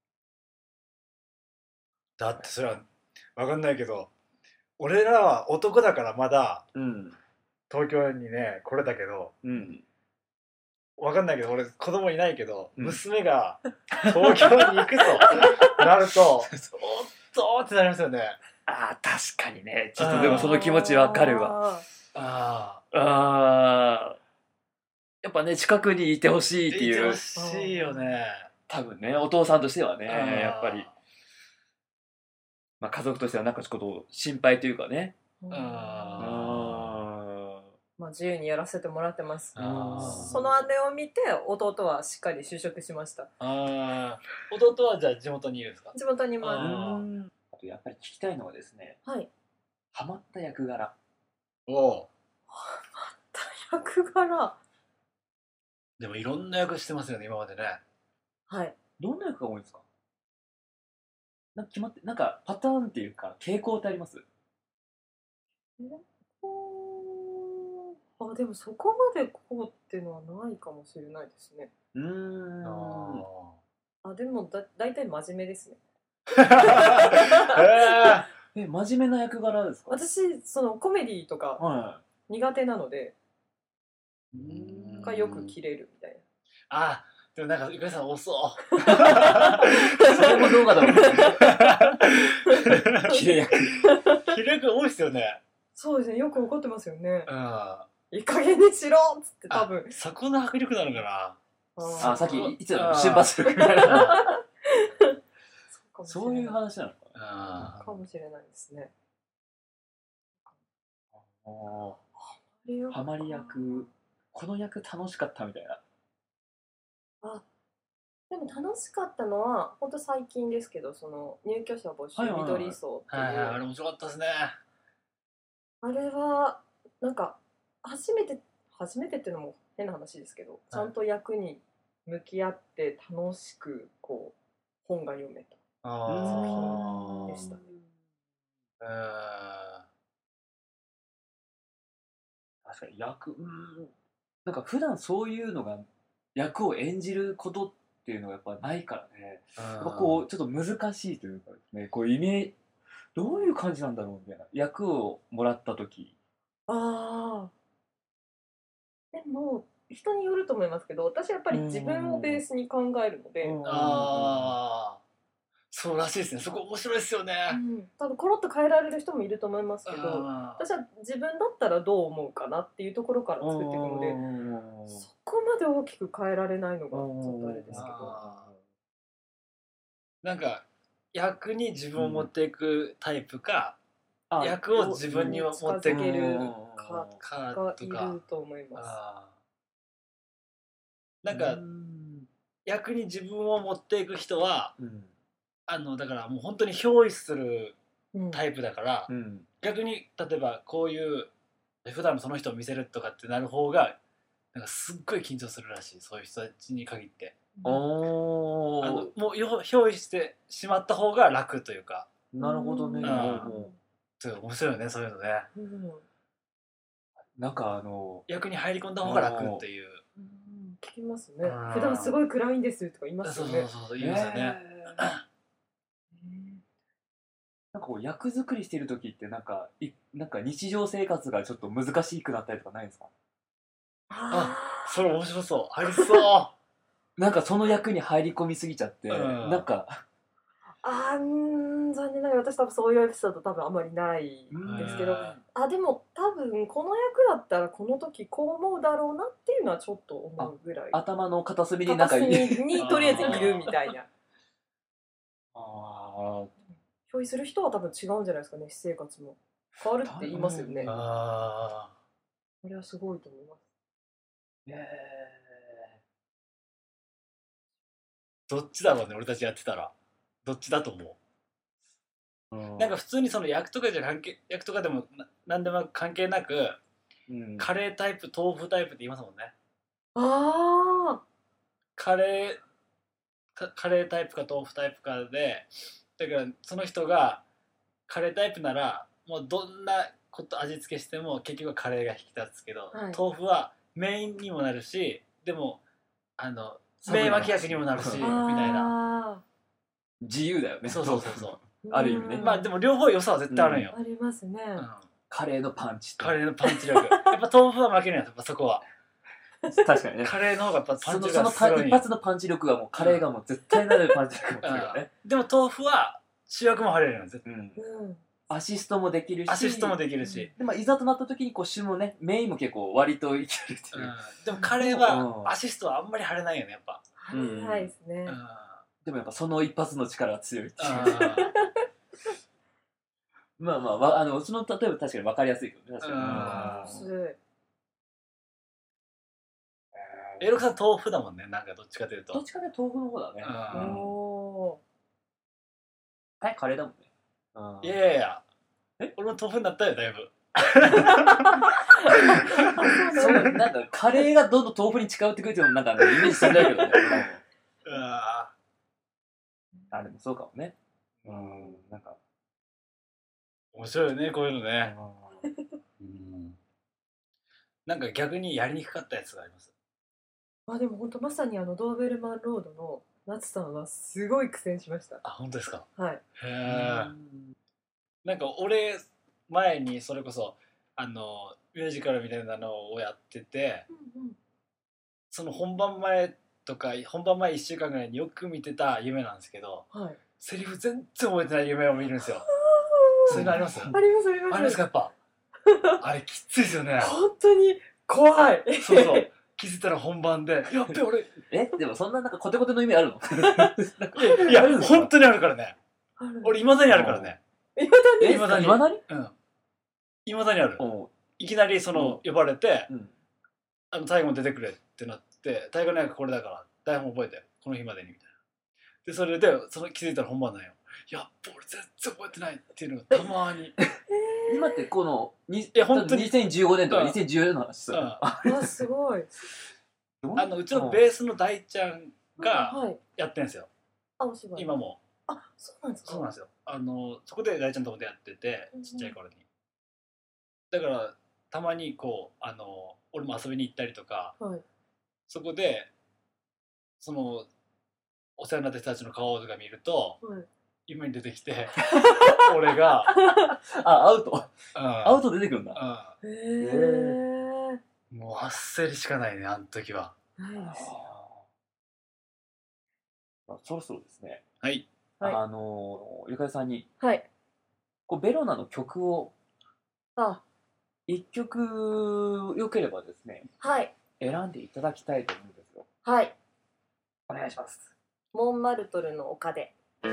だってそれは分かんないけど、俺らは男だからまだうん。 東京にね来れたけど、 うん。 分かんないけど俺子供いないけど、 うん娘が東京に行くとなるとおっとってなりますよね。 ああ、確かにね。ちょっとでもその気持ちわかるわ。 あああ、 ああ。やっぱね、近くにいてほしいっていういてほ。しいよね。 多分ね、お父さんとしてはね、 あーやっぱり。まあ家族としてはなんかちょっと心配というかね。 ーああまあ自由にやらせてもらってます。 あその姉を見て弟はしっかり就職しました。 あー、弟はじゃあ地元にいるんですか？ 地元にいまあ。 あうんあとやっぱり聞きたいのはですね、 す。はい。 ハマった役柄。 おう。 役柄。 でもいろんな役してますよね今までね。 はい。 どんな役が多いんですか？なんか決まって、なんかパターンっていうか傾向ってあります？ あ、でもそこまでこうっていうのはないかもしれないですね。 うーん。 ああ、でもだだいたい真面目ですね。 ーへえ、真面目な役柄ですか？ 私そのコメディとかは苦手なので、 ーがよく切れるみたいな。 あ、でもなんかゆかりさん遅い。それも動画だもんね。切れ役。 気力多いっすよね。 そうですね、よく怒ってますよね。 うんいい加減にしろっつって多分。 あ、そこの迫力なのかな。 ああ、さっきいつだろう、 あー瞬発力みたいな。 そうそういう話なのかあかもしれないですね。 な。ハマり役、この役楽しかったみたいな。 あ、でも楽しかったのは本当最近ですけど、その入居者募集はいはいはい緑層っていう、 はいはい、あれ面白かったですね。 あれはなんか初めて初めてっていうのも変な話ですけど、ちゃんと役に向き合って楽しくこう本が読めたあ作品でしたね。 あ、 確かに役、うん、なんか普段そういうのが役を演じることっていうのがやっぱないからね。やっぱこうちょっと難しいというかね、こうイメージどういう感じなんだろうみたいな、役をもらった時。 ああ。でも人によると思いますけど、私はやっぱり自分をベースに考えるので、 ああ、そうらしいですね。そこ面白いですよね。 うん、多分コロッと変えられる人もいると思いますけど、私は自分だったらどう思うかなっていうところから作っていくので、そこまで大きく変えられないのがちょっとあれですけど。 なんか役に自分を持っていくタイプか、うん、役を自分に持っていけるかがいると思います。なんか役に自分を持っていく人は、うん、あのだからもう本当に憑依するタイプだから、うん、逆に例えばこういう普段その人を見せるとかってなる方がなんかすっごい緊張するらしい、そういう人たちに限って。おあのもう憑依してしまった方が楽というか。 なるほどね。うん、 面白いよね、そういうのね。うん、 なんかあの役に入り込んだ方が楽っていう。 聞きますね。普段すごい暗いんですとか言いますよね。 そうそうそう言いますよね。 なんかこう役作りしている時ってなんかいなんか日常生活がちょっと難しくなったりとかないんですか？ あ、それ面白そう。ありそう。 なんかその役に入り込みすぎちゃって、うん、なんかあーん残念ながら私多分そういうエピソード多分あまりないんですけど、あでも多分この役だったらこの時こう思うだろうなっていうのはちょっと思うぐらい。 頭の片隅になんか片隅にとりあえずいるみたいな。ああ。憑依する人は多分違うんじゃないですかね。私生活も変わるって言いますよね。ああ。これはすごいと思います。ええ。 どっちだろうね、俺たちやってたら。どっちだと思う。うん、なんか普通にその役とかじゃ関係役とかでも何でも関係なく、うん、カレータイプ豆腐タイプって言いますもんね。ああ。カレーカレータイプか豆腐タイプかで、だからその人がカレータイプならもうどんなこと味付けしても結局はカレーが引き立つけど、はい、豆腐はメインにもなるし、でもあの名脇役にもなるしみたいな。 自由だよね。 そうそうそうそう。 ある意味ね。 まあでも両方良さは絶対あるんよ。 ありますね。 カレーのパンチ。 カレーのパンチ力。やっぱ豆腐は負けないよ、やっぱそこは。 確かにね。 カレーの方がやっぱパンチ力がすごい。その一発のパンチ力はもうカレーがもう絶対なるパンチ力もするよね。 でも豆腐は主役も張れるよ、絶対。 アシストもできるし。 アシストもできるし。 でもいざとなった時にこう主もね、メインも結構割といけるっていう。 でもカレーはアシストはあんまり張れないよね、やっぱ。 張れないですね。 でもやっぱその一発の力が強いっていう。まあまあ、あのその例えば確かに分かりやすいけどね。確かに。 エロクさん豆腐だもんね。なんかどっちかというと。 どっちかというと豆腐の方だね。おー。え、カレーだもんね。 いやいやいや。え、俺も豆腐になったよだいぶ。 そうなんかカレーがどんどん豆腐に近寄ってくるっていうのもなんか、ね、イメージしないけどね。ああ、でもそうかもね。うん、なんか面白いよね、こういうのね。うん、なんか逆にやりにくかったやつがあります。 あ、でも本当まさにあのドーベルマンロードの夏さんはすごい苦戦しました。 あ、本当ですか。 はい。へえ。なんか俺前にそれこそあのミュージカルみたいなのをやってて、うんうん、その本番前とか本番前いっしゅうかんぐらいによく見てた夢なんですけど、はい、セリフ全然覚えてない夢を見るんですよ。そういうのあります？ ありますあります。 ありますか、やっぱ。あれきついですよね。 本当に怖い。 そうそう。気づいたら本番で、やっべ俺。 え、でもそんななんかコテコテの意味あるの？ いや、本当にあるからね。俺未だにあるからね。 未だに？ 未だに？未だに？ うん。未だにある。いきなりその呼ばれて、あの最後も出てくれってなって、大河の役これだから台本覚えてこの日までにみたいな。でそれでその気づいたら本番なんよ。やっぱ俺全然覚えてないっていうのがたまに。 今ってこのにいや本当ににせんじゅうごねんとかにせんじゅうよねんの話する。 あすごい。 あのうちのベースの大ちゃんがやってんですよ。 あお芝居。 今も。 あそうなんですか。 そうなんですよ。あのそこで大ちゃんとも出会っててちっちゃい頃に。だからたまにこうあの俺も遊びに行ったりとか、はい、そこでそのお世話になった人たちの顔とか見ると、はい、 今に出てきて俺があ、アウト。 うんアウト出てくるんだ。 うんへえ。 もう焦りしかないね、あの時は。 ないですよ。 あそろそろですね、 はい。 はいあのゆかりさんにはい。 こうベロナの曲をあ、 一曲よければですね、 はい。 選んでいただきたいと思うんですよ。 はい。 お願いします。 モンマルトルの丘で。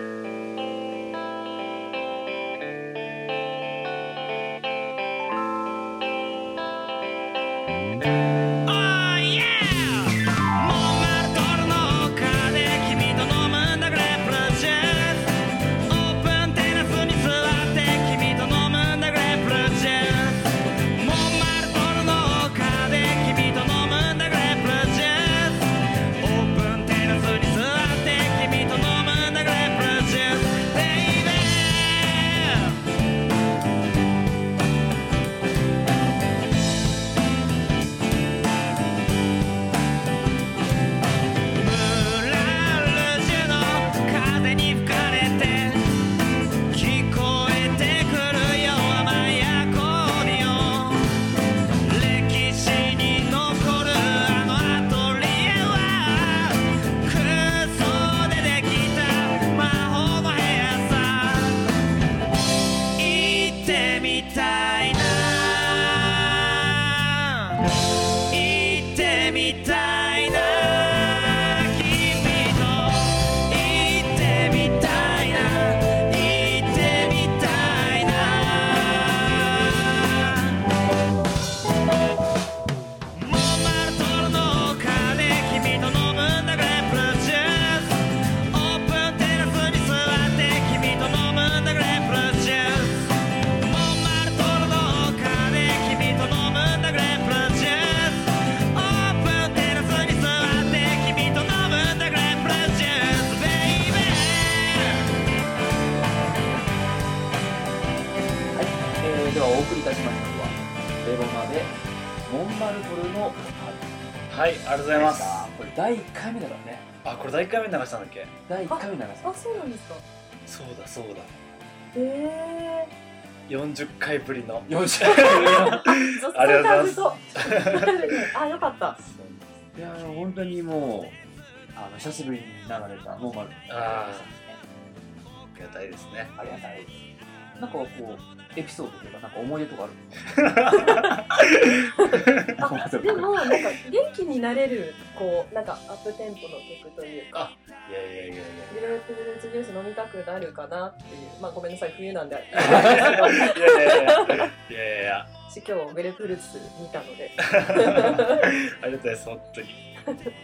お送りいたしましたのはベロナでモンマルトルのはい、ありがとうございます。 これだいいっかいめだからね。 あ、これだいいっかいめに流したんだっけ？ だいいっかいめ流した。 あ、そうなんですか。 そうだそうだ。 へえ。 よんじゅっかいぶりのよし。ありありがとうございますあ、よかった。 いやー本当にもうあの久しぶりに流れたモンマルトル。 ああ、ありがたいですね。 ありがたいです。なんかこうエピソードというかなんか思い出とかあるあ、でもなんか元気になれるこうなんかアップテンポの曲というか、 いやいやいやいや。 グレープフルーツジュース飲みたくなるかなっていう、まあごめんなさい冬なんでいやいやいやいやいやいや。 し今日グレープフルーツ見たのでありがたいです本当に。いやいやいやもうありがたいです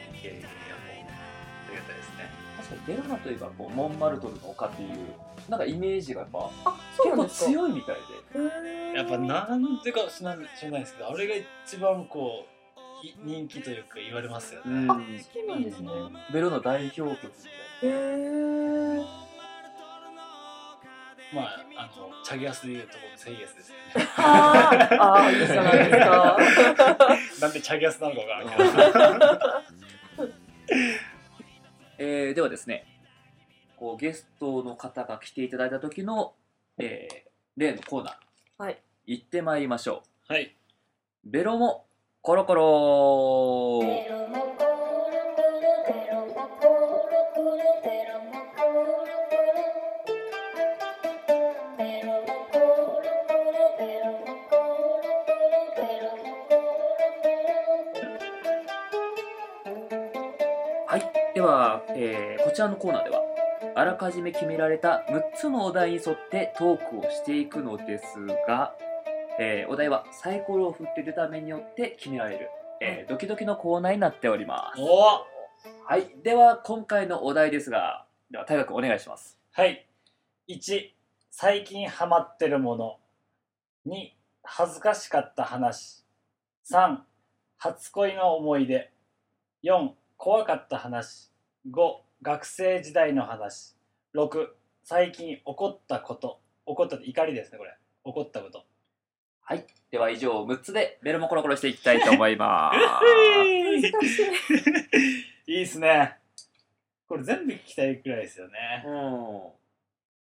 ね。 確かにベロナといえばこうモンマルトルの丘っていうなんかイメージがやっぱあ、そうなんですか。 結構強いみたいで。 へーやっぱなんでか知らない知らないですけど、あれが一番こうい人気というか言われますよね。 うんあ、そうなんですね。 ベロナ代表曲みたいへーまああのチャギアスでいうところのセイエスですよね。 あーあー、いいじゃないですか。 なんでチャギアスなのかわからんけど。 えー、ではですねこうゲストの方が来ていただいた時の、えー、例のコーナー、 はい、 行ってまいりましょう。はい。 ベロモコロコロはい、では、えー、こちらのコーナーではあらかじめ決められたむっつのお題に沿ってトークをしていくのですが、えー、お題はサイコロを振って出た目によって決められる、えー、ドキドキのコーナーになっております。 おはい、では今回のお題ですが、では大学お願いします。 はい。いち、最近ハマってるもの。に、恥ずかしかった話。さん、初恋の思い出。よん、怖かった話。ご、学生時代の話。ろく、最近起こったこと。起こったって怒りですね、これ。起こったこと。 はい、では以上むっつでベルもコロコロしていきたいと思います。 難しい。 いいっすね。これ全部聞きたいくらいですよね。 うん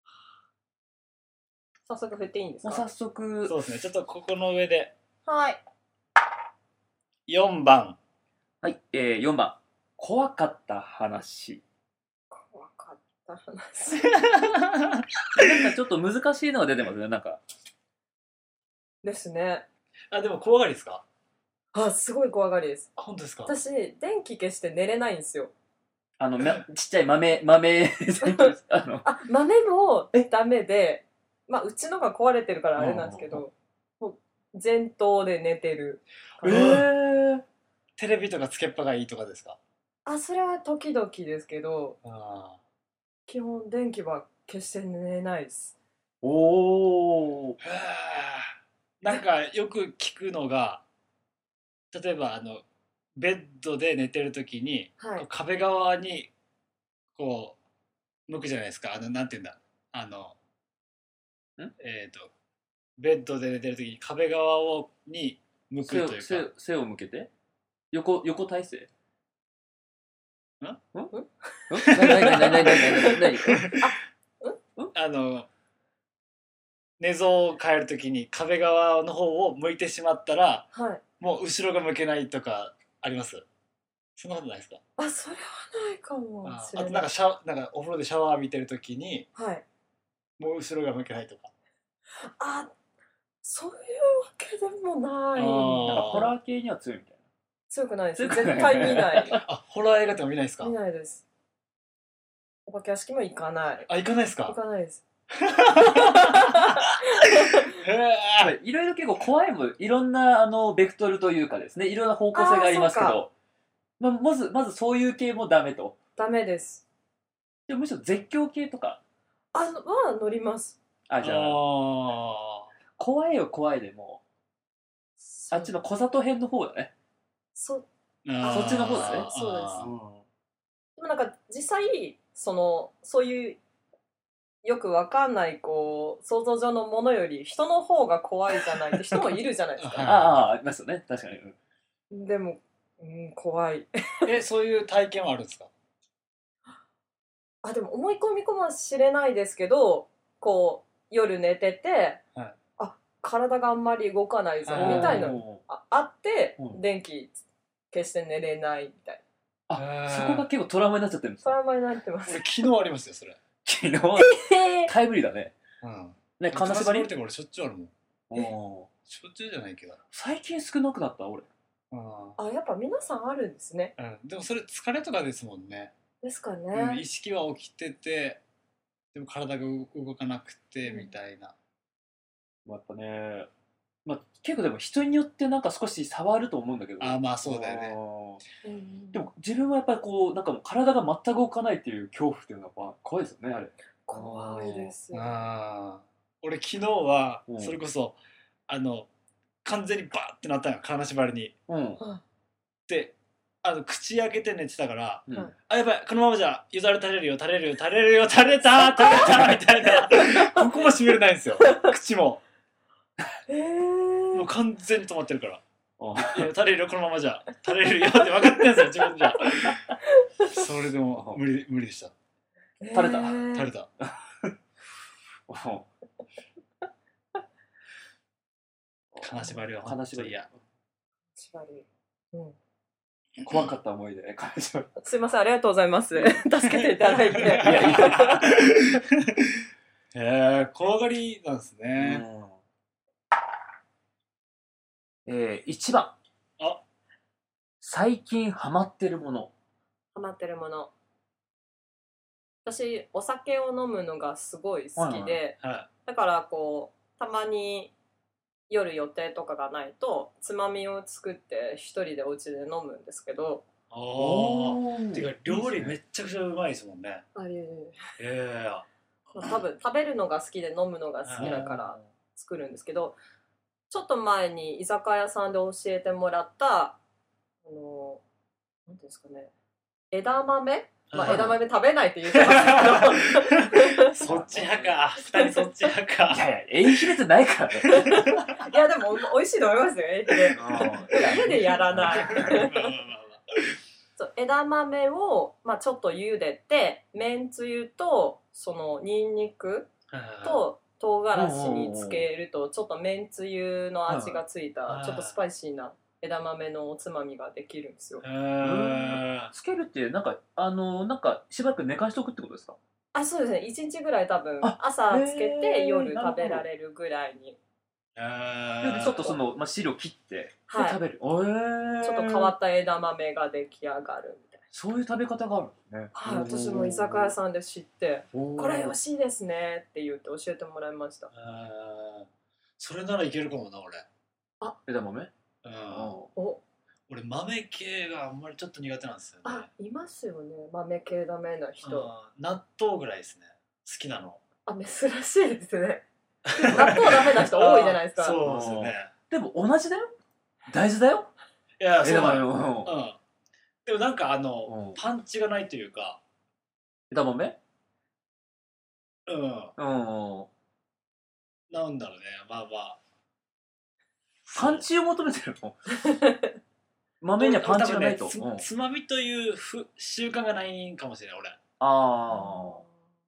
早速振っていいんですか？ もう早速。 そうですね、ちょっとここの上ではい。 よんばん。 はい、えー、よんばん。怖かった話。 怖かった話。 なんかちょっと難しいのが出てますね、なんか。 ですね。 あ、でも怖がりですか？ あ、すごい怖がりです。 本当ですか？ 私、電気消して寝れないんですよ。 あの、ま、ちっちゃい豆、豆、あの、 あ、豆もダメで、まあ、うちのが壊れてるからあれなんですけど、もう前頭で寝てる。 えー、 テレビとかつけっぱがいいとかですか？ あ、それは時々ですけど、 あ基本電気は消して寝れないです。 おー。 ー。なんかよく聞くのが、例えばあのベッドで寝てる時に、 はいこう壁側にこう向くじゃないですか。あのなんていうんだ、あのんえっ、とベッドで寝てる時に壁側をに向くと背をいうか、 背背を向けて横横体勢。 んんんん何何何何何何何あの寝相を変える時に壁側の方を向いてしまったら、 はい。 もう後ろが向けないとかあります？そんなことないですか？ あ、それはないかもあしれない。 あとなんかシャワなんかお風呂でシャワー浴びてる時にはい。 もう後ろが向けないとか。 あ、そういうわけでもない。 あーなんかホラー系には強いみたいな。 強くないです。 強くない絶対見ない。 あ、ホラー映画とか見ないですか？ 見ないです。お化け屋敷も行かない。 あ、行かないです行か？ かないです。 へーいろいろ結構怖いもいろんなあのベクトルというかですね、いろんな方向性がありますけあーど、まあ、まずまずそういう系もダメと。 ダメです。 でむしろ絶叫系とか、 あのは乗ります。 あじゃああ怖いよ怖いでもあっちの小里編の方だね。 そーそっちの方だねそうですあーでもなんか実際そのそういうよくわかんないこう想像上のものより人の方が怖いじゃないって人もいるじゃないですあか。 あありますよね確かに。うんでも、うん、怖い。 え、そういう体験はあるんですか？ あ、でも思い込みかもしれないですけど、こう夜寝てて、 はいあ、体があんまり動かないぞみたいなおーああって、 うん電気消して寝れないみたいな。 あへーそこが結構トラウマになっちゃってるんですか？ トラウマになってます。 俺昨日ありますよそれ。 昨日タイムリーだね。 うん。 ね金縛りって俺しょっちゅうあるもん。 おーしょっちゅうじゃないけど。 最近少なくなった俺。 うんあ、やっぱ皆さんあるんですね。 うん、でもそれ疲れとかですもんね。 ですかうん、 ね意。識は起きててでも体が動かなくてみたいな。 やっぱね、まあ、結構でも人によってなんか少し差はあると思うんだけど。 あーまあそうだよね。 あーうんでも自分はやっぱりこうなんかもう体が全く動かないっていう恐怖っていうのはやっぱ怖いですよねあれ。 怖いです。 あー俺昨日はうんそれこそ、あの完全にバーってなったの金縛りに。 うん。 であの口開けて寝てたから、 うんはいあやばいこのままじゃよだれ垂れるよ垂れるよ垂れるよ垂れた垂れたみたいなここも閉めれないんですよ口も。 えー、 もう完全に止まってるから。 あいや垂れるよこのままじゃ垂れるよって分かってんですよ自分じゃ。それでも無理無理でした。 垂れたえー垂れた。金縛りは金縛りいや縛り。うん。 怖かった思い出金縛り。 すいません、ありがとうございます。助けていただいて。 いやいや。 へえ怖がりなんですね。 えー、いちばん。 あ最近ハマってるもの。 ハマってるもの。私、お酒を飲むのがすごい好きで、 はだからこう、たまに夜予定とかがないと、つまみを作って一人でお家で飲むんですけど、 い。ああ。 ーてか料理めっちゃくちゃうまいですもんね。 あれ、 ええ多分食べるのが好きで飲むのが好きだから作るんですけど、ちょっと前に居酒屋さんで教えてもらったあのなんていうんですかね、枝豆、まあ、枝豆食べないって言ってますけどそっち派か。二人そっち派か。 いやいや、永久列ないからね。 いやでも美味しいと思いますよ、家で家でやらないまあまあまあまあそう枝豆を、まあ、ちょっと茹でてめんつゆとそのニンニクはいはいはいと唐辛子につけるとちょっとめんつゆの味がついたちょっとスパイシーな枝豆のおつまみができるんですよ。 へーつけるってなんかあのなんかしばらく寝かしとくってことですか？ あ、そうですね。いちにちぐらい多分あ朝つけへーて夜食べられるぐらいにへーでちょっとその、まあ、汁を切ってではい食べる、おえー、 ちょっと変わった枝豆が出来上がるみたいな。 そういう食べ方があるんですね。 はい、私も居酒屋さんで知ってんこれ美味しいですねって言って教えてもらいました。 あーそれならいけるかもな俺。 枝豆、 うんお、 俺豆系があんまりちょっと苦手なんですよね。 あ、いますよね。豆系ダメな人。 あー納豆ぐらいですね好きなの。 あ、珍しいですね。納豆ダメな人多いじゃないですか。 あーそうですよね。 でも同じだよ、大豆だよ、 いやそう枝なの。 豆も、 ううんんでもなんかあの、 うんパンチがないというか、 枝豆、 うん、 うん、 なんだろうね、まあまあ。 パンチを求めてるの豆にはパンチがないと、 多分うんねつ、つまみというふ習慣がないんかもしれない俺。 あ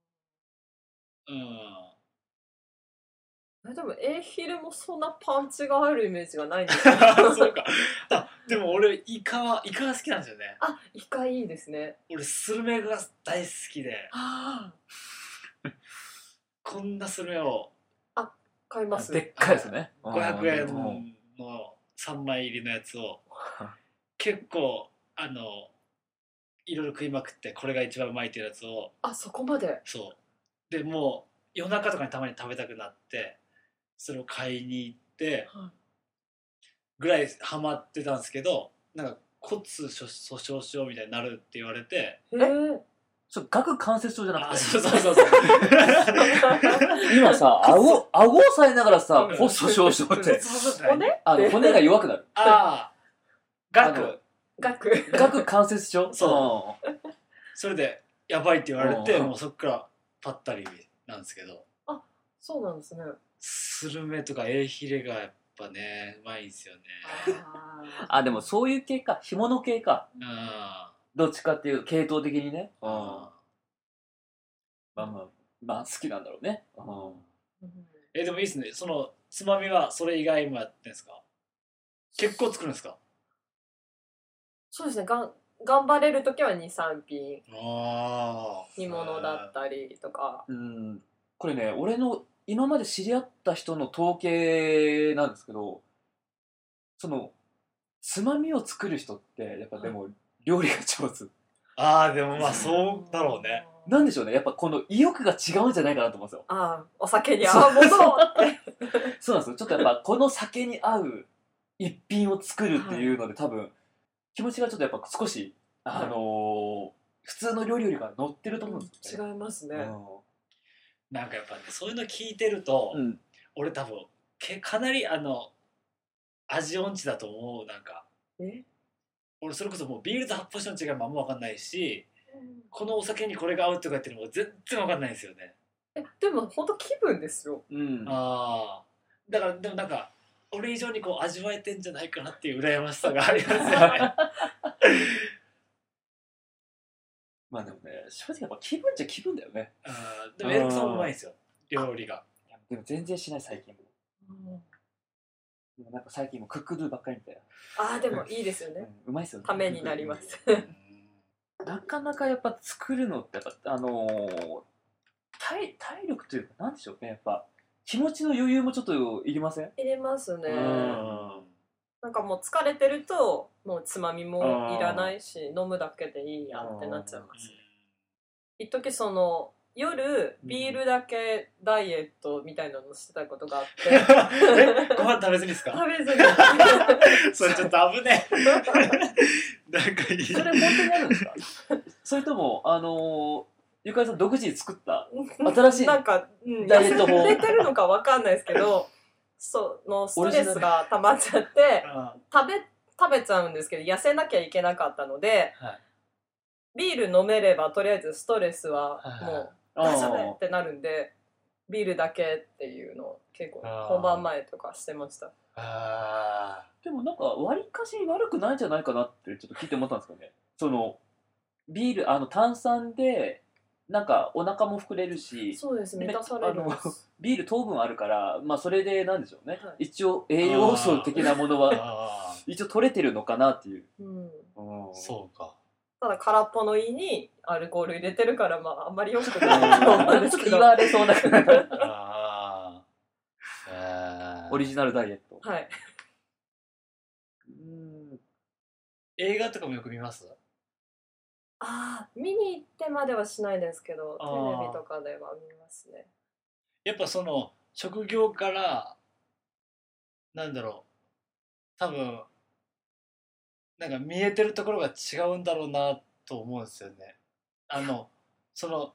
うんえでもエーヒレもそんなパンチがあるイメージがないんですよ。 そうか。あでも俺イカはイカが好きなんですよね。 あ、イカいいですね。 俺スルメが大好きで、 はあ、 こんなスルメをあ、 買います。 でっかいですね、 ごひゃくえんうんのさんまい入りのやつを結構あのいろいろ食いまくってこれが一番うまいっていうやつを、 あ、そこまで。 そうでもう夜中とかにたまに食べたくなってそれを買いに行ってはいぐらいハマってたんですけど、なんか骨粗しょう症みたいになるって言われて、 へえ。 それ顎関節症じゃなくて、 あそうそうそうそう今さ顎顎を押さえながらさうん骨粗しょう症って骨？ あの骨が弱くなる、 ああガク額。 顎関節症、 そそれでやばいって言われてうんもうそっからパッタリなんですけど、 そうなんですね。 スルメとかエイヒレがやっぱねうまいんですよね。 ああ、でもそういう系か、干物系か、 うんどっちかっていう系統的にね、うん、 あまあまあまあ好きなんだろうね、うんーえでもいいですね。そのつまみはそれ以外もやってんですか？結構作るんですか？ そうですね。がん頑張れるときはに、さんぴんああ煮物だったりとか。 うん、これね俺の今まで知り合った人の統計なんですけど、そのつまみを作る人ってやっぱでも料理が上手ああでもまあそうだろうね。 なんでしょうね、やっぱこの意欲が違うんじゃないかなと思うんですよ。 ああ、お酒に合うものって。 そうなんですよ、ちょっとやっぱこの酒に合う一品を作るっていうので多分気持ちがちょっとやっぱ少し、あのー普通の料理よりか乗ってると思うんですよね。 違いますね。 なんかやっぱねそういうの聞いてると、 うんうん俺多分けかなりあの味音痴だと思う。なんかえ？ 俺それこそもうビールと発泡酒の違いもあんま分かんないし、このお酒にこれが合うとか言ってるのも全然分かんないんですよね。 え、でも本当気分ですよ。 うんああだからでもなんか俺以上にこう味わえてんじゃないかなっていう羨ましさがありますよね。 まあでもね正直やっぱ気分っちゃ気分だよね。 あーでもエルクさんもうまいんですよ料理が。 いやでも全然しない最近も。でもなんか最近もクックドゥばっかりみたいああ、でもいいですよな、 ね。 うん、うまいっすよね。 ためになります。 なかなかやっぱ作るのってやっぱあのー体体力というかなんでしょうね、やっぱ気持ちの余裕もちょっといりません？ 入れますね。 うんなんかもう疲れてるともうつまみもいらないし飲むだけでいいやってなっちゃいます。一時その夜ビールだけダイエットみたいなのしてたことがあってえご飯食べずにですか？ 食べずにそれちょっと危ねえ。なんかいい。 それ本当にあるんですか？それともあのー、ゆかりさん独自に作った新しいなんか、うん、 ダイエット法痩せてるのかわかんないですけどそのストレスが溜まっちゃってあ食べ食べちゃうんですけど痩せなきゃいけなかったので、 はいビール飲めればとりあえずストレスはもう大丈夫ってなるんでビールだけっていうのを結構本番前とかしてました。 あでもなんか割かし悪くないんじゃないかなってちょっと聞いて思ったんですけどね。そのビールあの炭酸でなんかお腹も膨れるし、 そうです満たされるんであのす。 ビール糖分あるから、まあそれでなんでしょうね、 はい一応栄養素的なものはあ一応取れてるのかなっていう、 うん、 うんあそうか。 ただ空っぽの胃にアルコール入れてるから、まああんまり良くないと思うんですけど。 言われそうだからああ、えー、 オリジナルダイエット、 はい。 うん映画とかもよく見ます？ ああ、見に行ってまではしないですけど、テあーレビとかでは見ますね。 やっぱその職業からなんだろう、多分なんか見えてるところが違うんだろうなと思うんですよね。あのその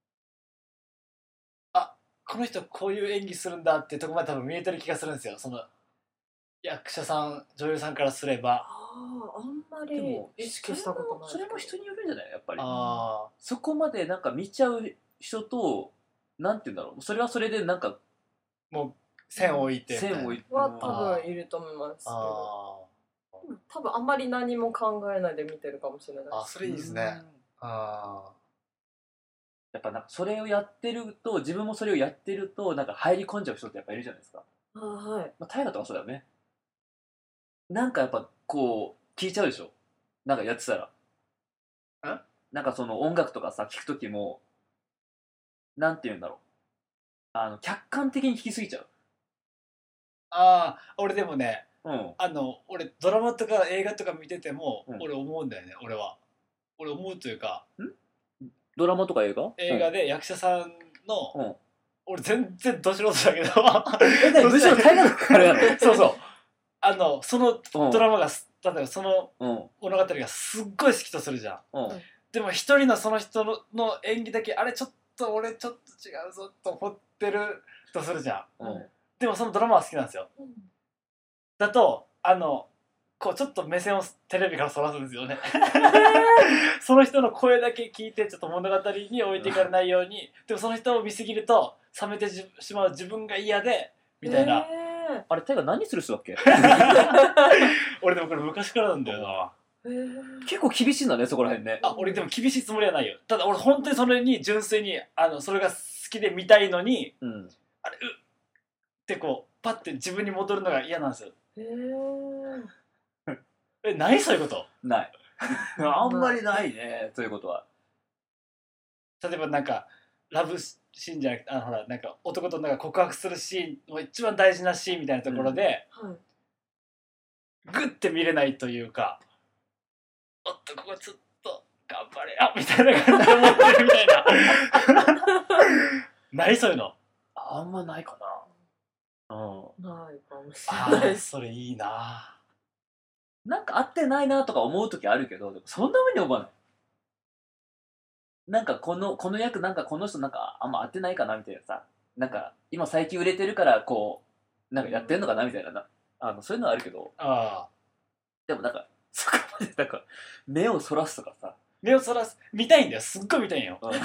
あこの人こういう演技するんだっていうところまで多分見えてる気がするんですよ。その役者さん女優さんからすれば。 ああ、あんまでりも意識したことないそれもそれも人によるんじゃないやっぱり。 あそこまでなんか見ちゃう人と、なんて言うんだろう、それはそれでなんかあもう線を置いてみたいな線を置いて、 は多分いると思いますけど、 あ多分あんまり何も考えないで見てるかもしれないーあそれいいですね。 うんあやっぱなんかそれをやってると、自分もそれをやってるとなんか入り込んじゃう人ってやっぱいるじゃないですか。 あ、はい。 まあ大河とかそうだよね。なんかやっぱこう聞いちゃうでしょ、なんかやってたら。 んなんかその音楽とかさ聞く時も、なんて言うんだろう、あの客観的に聞きすぎちゃう。 あー俺でもね、 うんあの俺ドラマとか映画とか見てても、 うん俺思うんだよね。俺は俺思うというか、 ドラマとか映画映画で役者さんの、 うん、うん、 俺全然ど素人だけどえ何むしろ大河からやろそうそうあのそのうんドラマがす例えばそのうん物語がすっごい好きとするじゃん。 うんでも一人のその人のの演技だけあれちょっと俺ちょっと違うぞと思ってるとするじゃん。 うんでもそのドラマは好きなんですよ。だとあのこうちょっと目線をテレビからそらすんですよねその人の声だけ聞いてちょっと物語に置いていかれないように、でもその人を見すぎると冷めてしまう自分が嫌でみたいな、 へあれ大河何する人だっけ俺でもこれ昔からなんだよな。 ーへー結構厳しいんだねそこら辺ね。 あ俺でも厳しいつもりはないよ。ただ俺本当にそれに純粋にあのそれが好きで見たいのに、 うんあれうってこうパッて自分に戻るのが嫌なんですよ。 へーえ何そういうこと？ ないあんまりないねそういうことは。 例えばなんかラブシーンじゃなくて、あのほらなんか男となんか告白するシーンの一番大事なシーンみたいなところで、 はい。 グッて見れないというか、おっとここちょっと頑張れあみたいな感じで思ってるみたいなないそういうの。 あんまないかな。うんないかもしれあーないです。 それいいな。 なんか合ってないなとか思う時あるけど、でもそんな風に思わない。なんかこのこの役なんかこの人なんかあんま合ってないかなみたいなさ、なんか今最近売れてるからこうなんかやってんのかなみたいなな、あのそういうのはあるけど、 あでもなんかそこまでなんか目をそらすとかさ、 目をそらす見たいんだよ。すっごい見たいんよ。 うんうん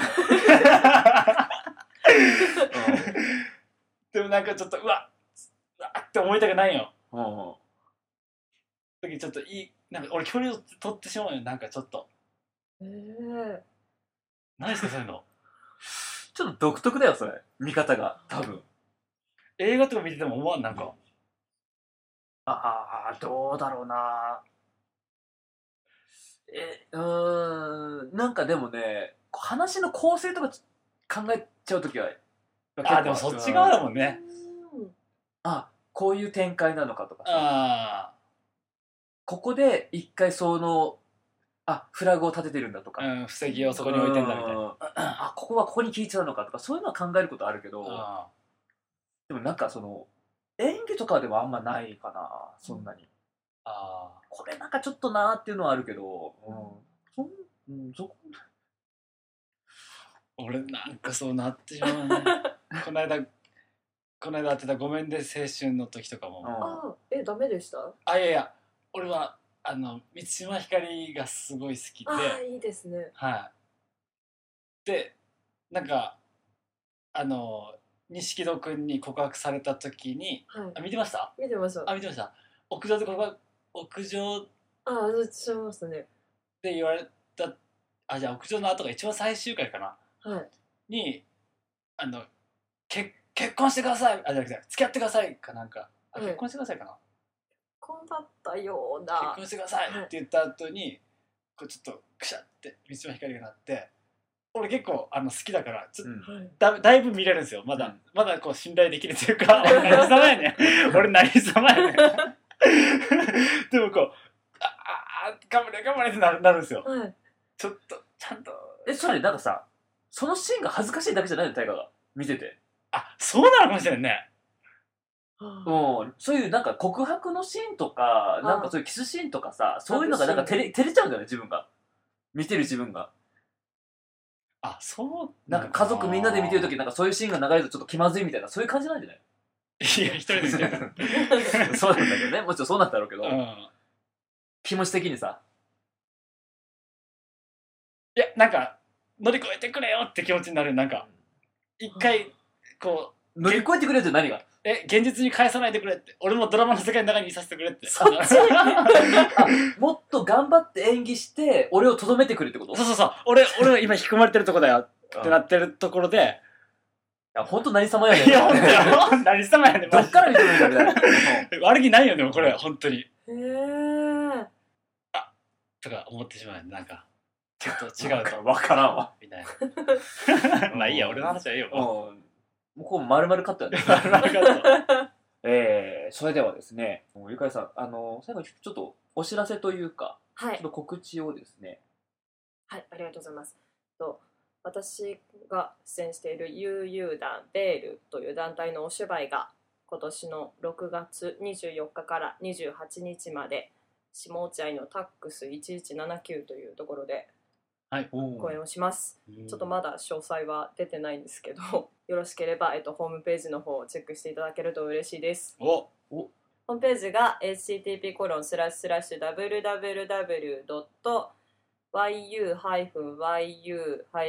でもなんかちょっとうわうわって思いたくないよ。 うんうん時ちょっといいなんか俺距離を取ってしまうよ。なんかちょっとへえ。 何ですかそういうの。 ちょっと独特だよそれ見方が多分。 映画とか見てても思わんなんか。 ああどうだろうな。えうーんなんかでもね話の構成とか考えちゃうときはあでもそっち側だもんね。 うんあこういう展開なのかとかさ、 あここで一回そのあフラグを立ててるんだとか、 あ、うん、防ぎをそこに置いてんだみたいな。 うんあここはここに効いちゃうのかとかそういうのは考えることあるけど、 あでもなんかその演技とかではあんまないかなそんなに、 あこれなんかちょっとなーっていうのはあるけど、うんそんうん、そこ俺なんかそうなってしまうねこの間この間会ってた「ごめんで青春」の時とかも、 うんあ、え、ダメでした？ あいやいや俺はあの満島ひかりがすごい好きで、 ああ、いいですね。 はいでなんかあの錦戸君に告白された時にはい。 あ見てました見てました。 あ見てました屋上で告白屋上ああ、知ってますね。 で言われたあじゃあ屋上の後が一番最終回かなに、あのけ結婚してくださいあじゃなくて付き合ってくださいかなんかあ、結婚してくださいかな、 こうだったような。 結婚してくださいって言った後にこうちょっとくしゃって道の光が鳴って、俺結構あの好きだからちょっと、うん、だ, だいぶ見れるんですよまだ、うん、まだこう信頼できるというか俺何様やねん俺何様やねんでもこうああ頑張れ頑張れってな る, なるんですよ、はい、ちょっとちゃんとえそれなんかさそのシーンが恥ずかしいだけじゃないの大河が見ててあそうなのかもしれんねうん、そういうなんか告白のシーンとかなんかそういうキスシーンとかさそういうのがなんか照れ、照れちゃうんだよね自分が見てる自分があそうなんか家族みんなで見てるときなんかそういうシーンが流れるとちょっと気まずいみたいなそういう感じなんじゃないいや一人で見てるそうなんだけどねもちろんそうなんだろうけど、うん、気持ち的にさいやなんか乗り越えてくれよって気持ちになるなんか一回こう乗り越えてくれって何がえ現実に返さないでくれって俺もドラマの世界の中にいさせてくれってそっちもっと頑張って演技して俺をとどめてくれってことそうそうそう俺俺は今引き込まれてるとこだよってなってるところでいやほんと何様やねんいやほんとや何様やねんどっから見てるんだみたいな悪気ないよでもこれほんとにへえあとか思ってしまうなんかちょっと違うと分からんわみたいなまあいいや俺の話はいいよもうもうこう丸々カットやねえー、それではですねゆかりさんあの最後にちょっとお知らせというか、はい、ちょっと告知をですねはいありがとうございますと私が出演している悠々団ベールという団体のお芝居が今年のろくがつにじゅうよっかからにじゅうはちにちまで下落合のタックスいちいちななきゅうというところで公演をします、はい、ちょっとまだ詳細は出てないんですけどよろしければ、えっと、ホームページの方をチェックしていただけると嬉しいです。 おおホームページが エイチティーティーピーコロンスラッシュスラッシュダブリューダブリューダブリュードットワイユーワイユーダ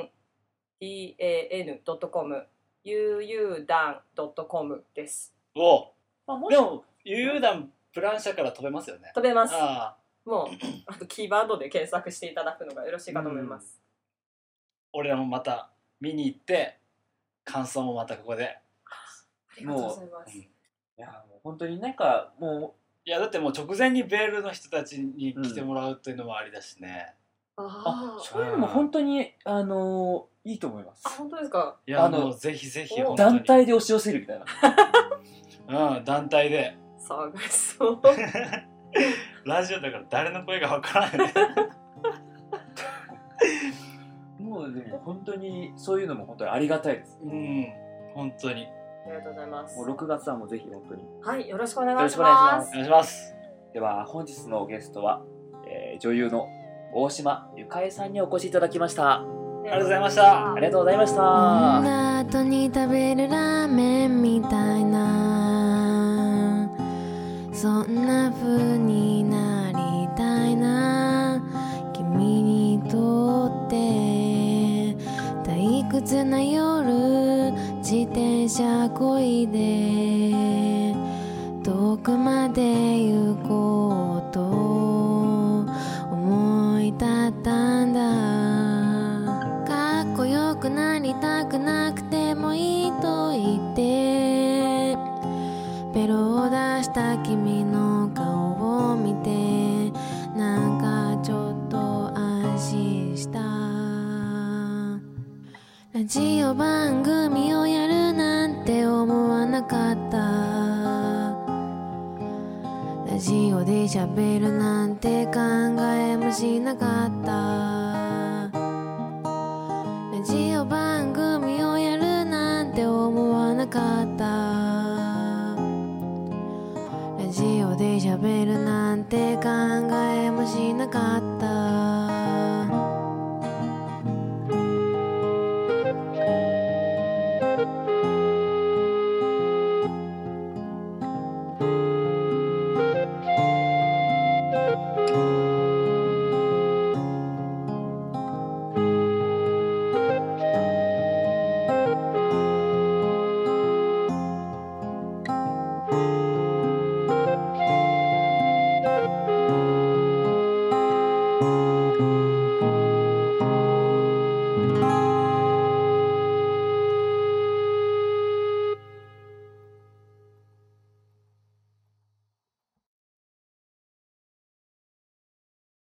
ンドットコム ユーユーダンドットコム です。 おあもでもユーユーダンプラン社から飛べますよね。 飛べます。 あもうあとキーワードで検索していただくのがよろしいかと思います。 俺らもまた見に行って感想もまたここで。 ありがとうございます。 いやもう本当になんかもういやだってもう直前にベールの人たちに来てもらうというのもありだしね。 うん、 ああそういうのも本当にあのー、いいと思います。 あ本当ですか。 いやあのぜひぜひ団体で押し寄せるみたいな。うん団体で。 騒がしそう。 ラジオだから誰の声がわからないね。 もうでも本当にそういうのも本当にありがたいです。 うん本当に。 ありがとうございます。 もうろくがつはもうぜひ本当に。 はいよろしくお願いします。 よろしくお願いします。 お願いします。 では本日のゲストは、えー、女優の大島ゆかえさんにお越しいただきました。 ありがとうございました。 ありがとうございました。 飲んだ後に食べるラーメンみたいなそんな風になりたいな君にとって退屈な夜自転車こいで遠くまで行こうと思い立ったんだかっこよくなりたくなくてもいいと言ってベロを出した君の顔を見てなんかちょっと安心したラジオ番組をやるなんて思わなかったラジオで喋るなんて考えもしなかったラジオ番組をやるなんて思わなかったラジオで喋るなんて考えもしなかった